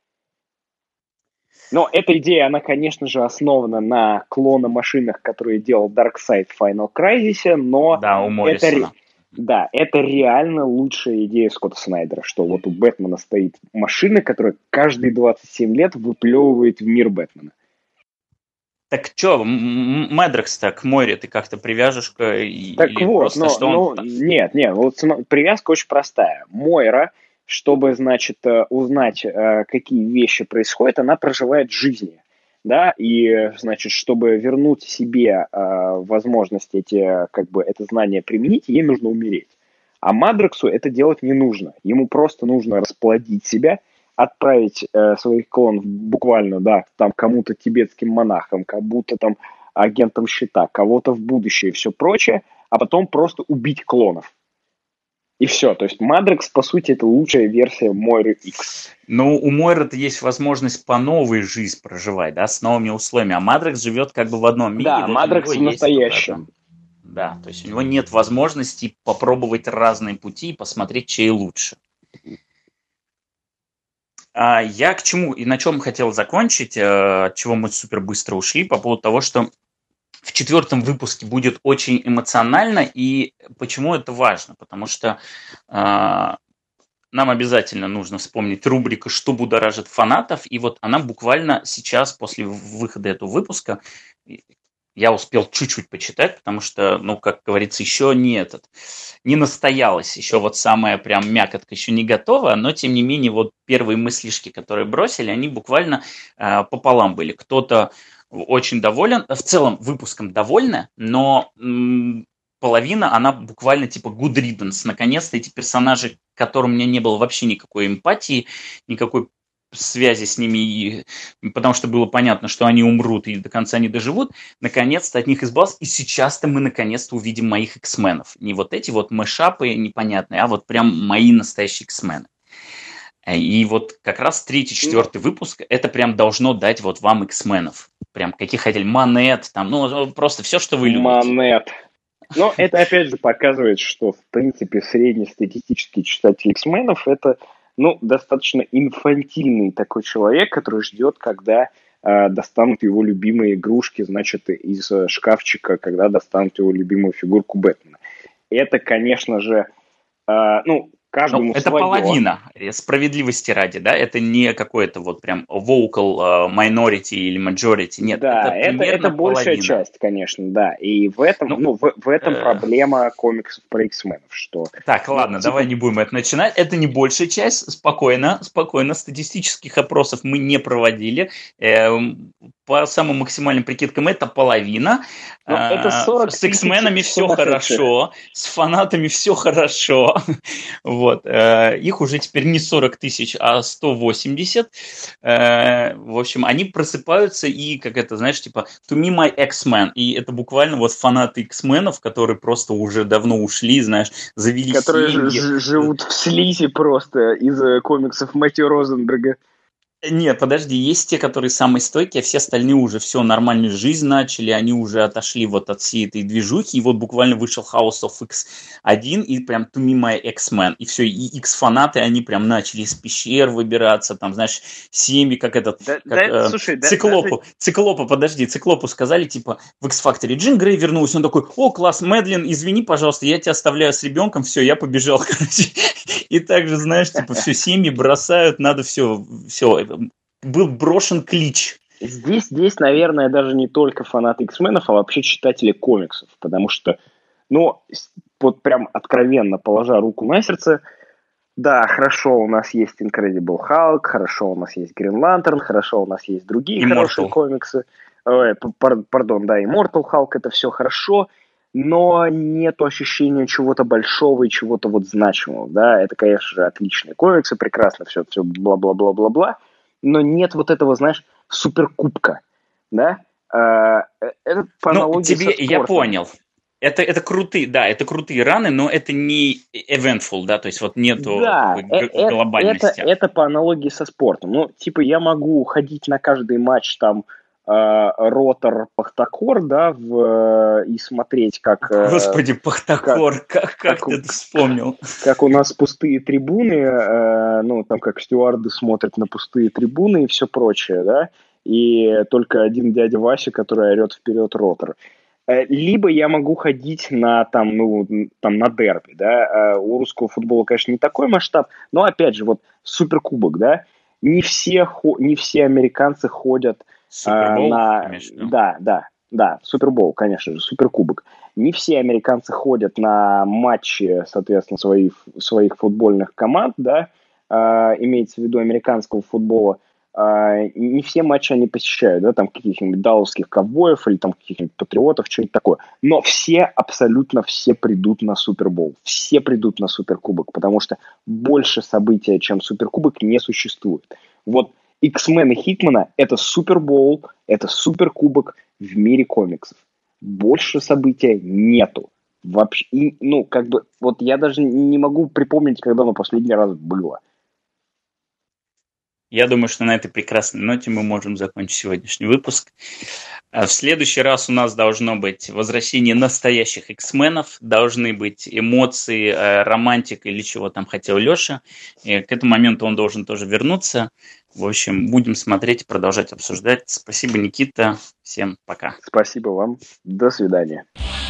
Но эта идея, она, конечно же, основана на клономашинах, которые делал Darkseid в Final Crisis, но да, у Моррисона. Это, да, это реально лучшая идея Скотта Снайдера, что вот у Бэтмена стоит машина, которая каждые двадцать семь лет выплевывает в мир Бэтмена. Так что, Медрекс-то к Мойре ты как-то привяжешь? Так или вот, просто, но, что ну, он... нет, нет, вот привязка очень простая. Мойра, чтобы, значит, узнать, какие вещи происходят, она проживает жизни, да, и, значит, чтобы вернуть себе возможность эти, как бы, это знание применить, ей нужно умереть. А Мадрексу это делать не нужно. Ему просто нужно расплодить себя, отправить э, своих клонов буквально, да, там кому-то тибетским монахам, кому-то там агентам щита, кого-то в будущее и все прочее, а потом просто убить клонов. И все. То есть Мадрекс, по сути, это лучшая версия Мойры X. Ну, у Мойры-то есть возможность по новой жизнь проживать, да, с новыми условиями, а Мадрекс живет как бы в одном мире. Да, Мадрекс в настоящем. Да, то есть у него нет возможности попробовать разные пути и посмотреть, чей лучше. А я к чему и на чем хотел закончить, от чего мы супер быстро ушли, по поводу того, что в четвертом выпуске будет очень эмоционально, и почему это важно? Потому что э, нам обязательно нужно вспомнить рубрику «Что будоражит фанатов», и вот она буквально сейчас, после выхода этого выпуска, я успел чуть-чуть почитать, потому что, ну, как говорится, еще не этот, не настоялось, еще вот самая прям мякотка еще не готова, но, тем не менее, вот первые мыслишки, которые бросили, они буквально э, пополам были. Кто-то очень доволен, в целом выпуском довольна, но м, половина, она буквально типа good riddance. Наконец-то эти персонажи, к которым у меня не было вообще никакой эмпатии, никакой связи с ними, потому что было понятно, что они умрут и до конца не доживут, наконец-то от них избавился, и сейчас-то мы наконец-то увидим моих X-менов. Не вот эти вот мэшапы непонятные, а вот прям мои настоящие X-мены. И вот как раз третий, четвертый выпуск, это прям должно дать вот вам X-менов. Прям каких хотели, Монет, там, ну, просто все, что вы любите. Монет. Но это опять же показывает, что в принципе среднестатистический читатель X-менов это, ну, достаточно инфантильный такой человек, который ждет, когда э, достанут его любимые игрушки, значит, из шкафчика, когда достанут его любимую фигурку Бэтмена. Это, конечно же, э, ну, каждому ну, это свое. Половина, справедливости ради, да, это не какое-то вот прям vocal minority или majority, нет, да, это, это, это большая половина. Часть, конечно, да, и в этом, ну, ну в, в этом э... проблема комиксов про X-менов, что... Так, ладно, ну, типа... давай не будем это начинать, это не большая часть, спокойно, спокойно, статистических опросов мы не проводили, по самым максимальным прикидкам это половина, это сорок с X-менами все хорошо, с фанатами все хорошо. Вот. Их уже теперь не сорок тысяч, а сто восемьдесят. В общем, они просыпаются и, как это, знаешь, типа to me my X-Men. И это буквально вот фанаты X-менов, которые просто уже давно ушли, знаешь, завели которые семьи. Которые живут в слизи просто из комиксов Мэтью Розенберга. Нет, подожди, есть те, которые самые стойкие, а все остальные уже все, нормальную жизнь начали, они уже отошли вот от всей этой движухи, и вот буквально вышел House of X один, и прям to me my X-Men, и все, и X-фанаты, они прям начали из пещер выбираться, там, знаешь, семьи, как этот, да, как, да, э, слушай, Циклопу, да, Циклопу, подожди, Циклопу сказали, типа, в X-Factor Джин Грей вернулся, он такой, о, класс, Мэдлин, извини, пожалуйста, я тебя оставляю с ребенком, все, я побежал, короче, и также, знаешь, типа, все, семьи бросают, надо все, все, был брошен клич. Здесь, здесь, наверное, даже не только фанаты X-менов, а вообще читатели комиксов, потому что, ну, вот прям откровенно положа руку на сердце, да, хорошо, у нас есть Incredible Hulk, хорошо, у нас есть Green Lantern, хорошо, у нас есть другие Immortal. Хорошие комиксы, Ой, пардон, да, Immortal Hulk, это все хорошо, но нет ощущения чего-то большого и чего-то вот значимого, да, это, конечно же, отличные комиксы, прекрасно все, все бла-бла-бла-бла-бла, но нет вот этого, знаешь, суперкубка, да? Это по аналогии ну, тебе, со спортом. Я понял. Это, это крутые, да, это крутые раны, но это не eventful, да, то есть вот нету да, такой э- глобальности. Это, это по аналогии со спортом. Ну, типа, я могу ходить на каждый матч там Ротор Пахтакор, да, в, и смотреть, как... Господи, Пахтакор, как, как, как, как ты это вспомнил? Как у нас пустые трибуны, ну, там, как стюарды смотрят на пустые трибуны и все прочее, да, и только один дядя Вася, который орет вперед Ротор. Либо я могу ходить на, там, ну, там, на дерби, да, у русского футбола, конечно, не такой масштаб, но, опять же, вот, суперкубок, да, не все, не все американцы ходят Супербол, на... Да, да, да, Супербол, конечно же, Суперкубок. Не все американцы ходят на матчи, соответственно, своих, своих футбольных команд, да, э, имеется в виду американского футбола, э, не все матчи они посещают, да, там каких-нибудь далласских ковбоев или там каких-нибудь патриотов, что-нибудь такое. Но все, абсолютно все придут на Супербол. Все придут на Суперкубок, потому что больше события, чем Суперкубок, не существует. Вот X-Men и Хикмана — это Супербол, это Суперкубок в мире комиксов. Больше события нету. Вообще, и, ну, как бы, вот я даже не могу припомнить, когда оно последний раз было. Я думаю, что на этой прекрасной ноте мы можем закончить сегодняшний выпуск. В следующий раз у нас должно быть возвращение настоящих X-менов, должны быть эмоции, романтика или чего там хотел Леша. И к этому моменту он должен тоже вернуться. В общем, будем смотреть и продолжать обсуждать. Спасибо, Никита. Всем пока. Спасибо вам. До свидания.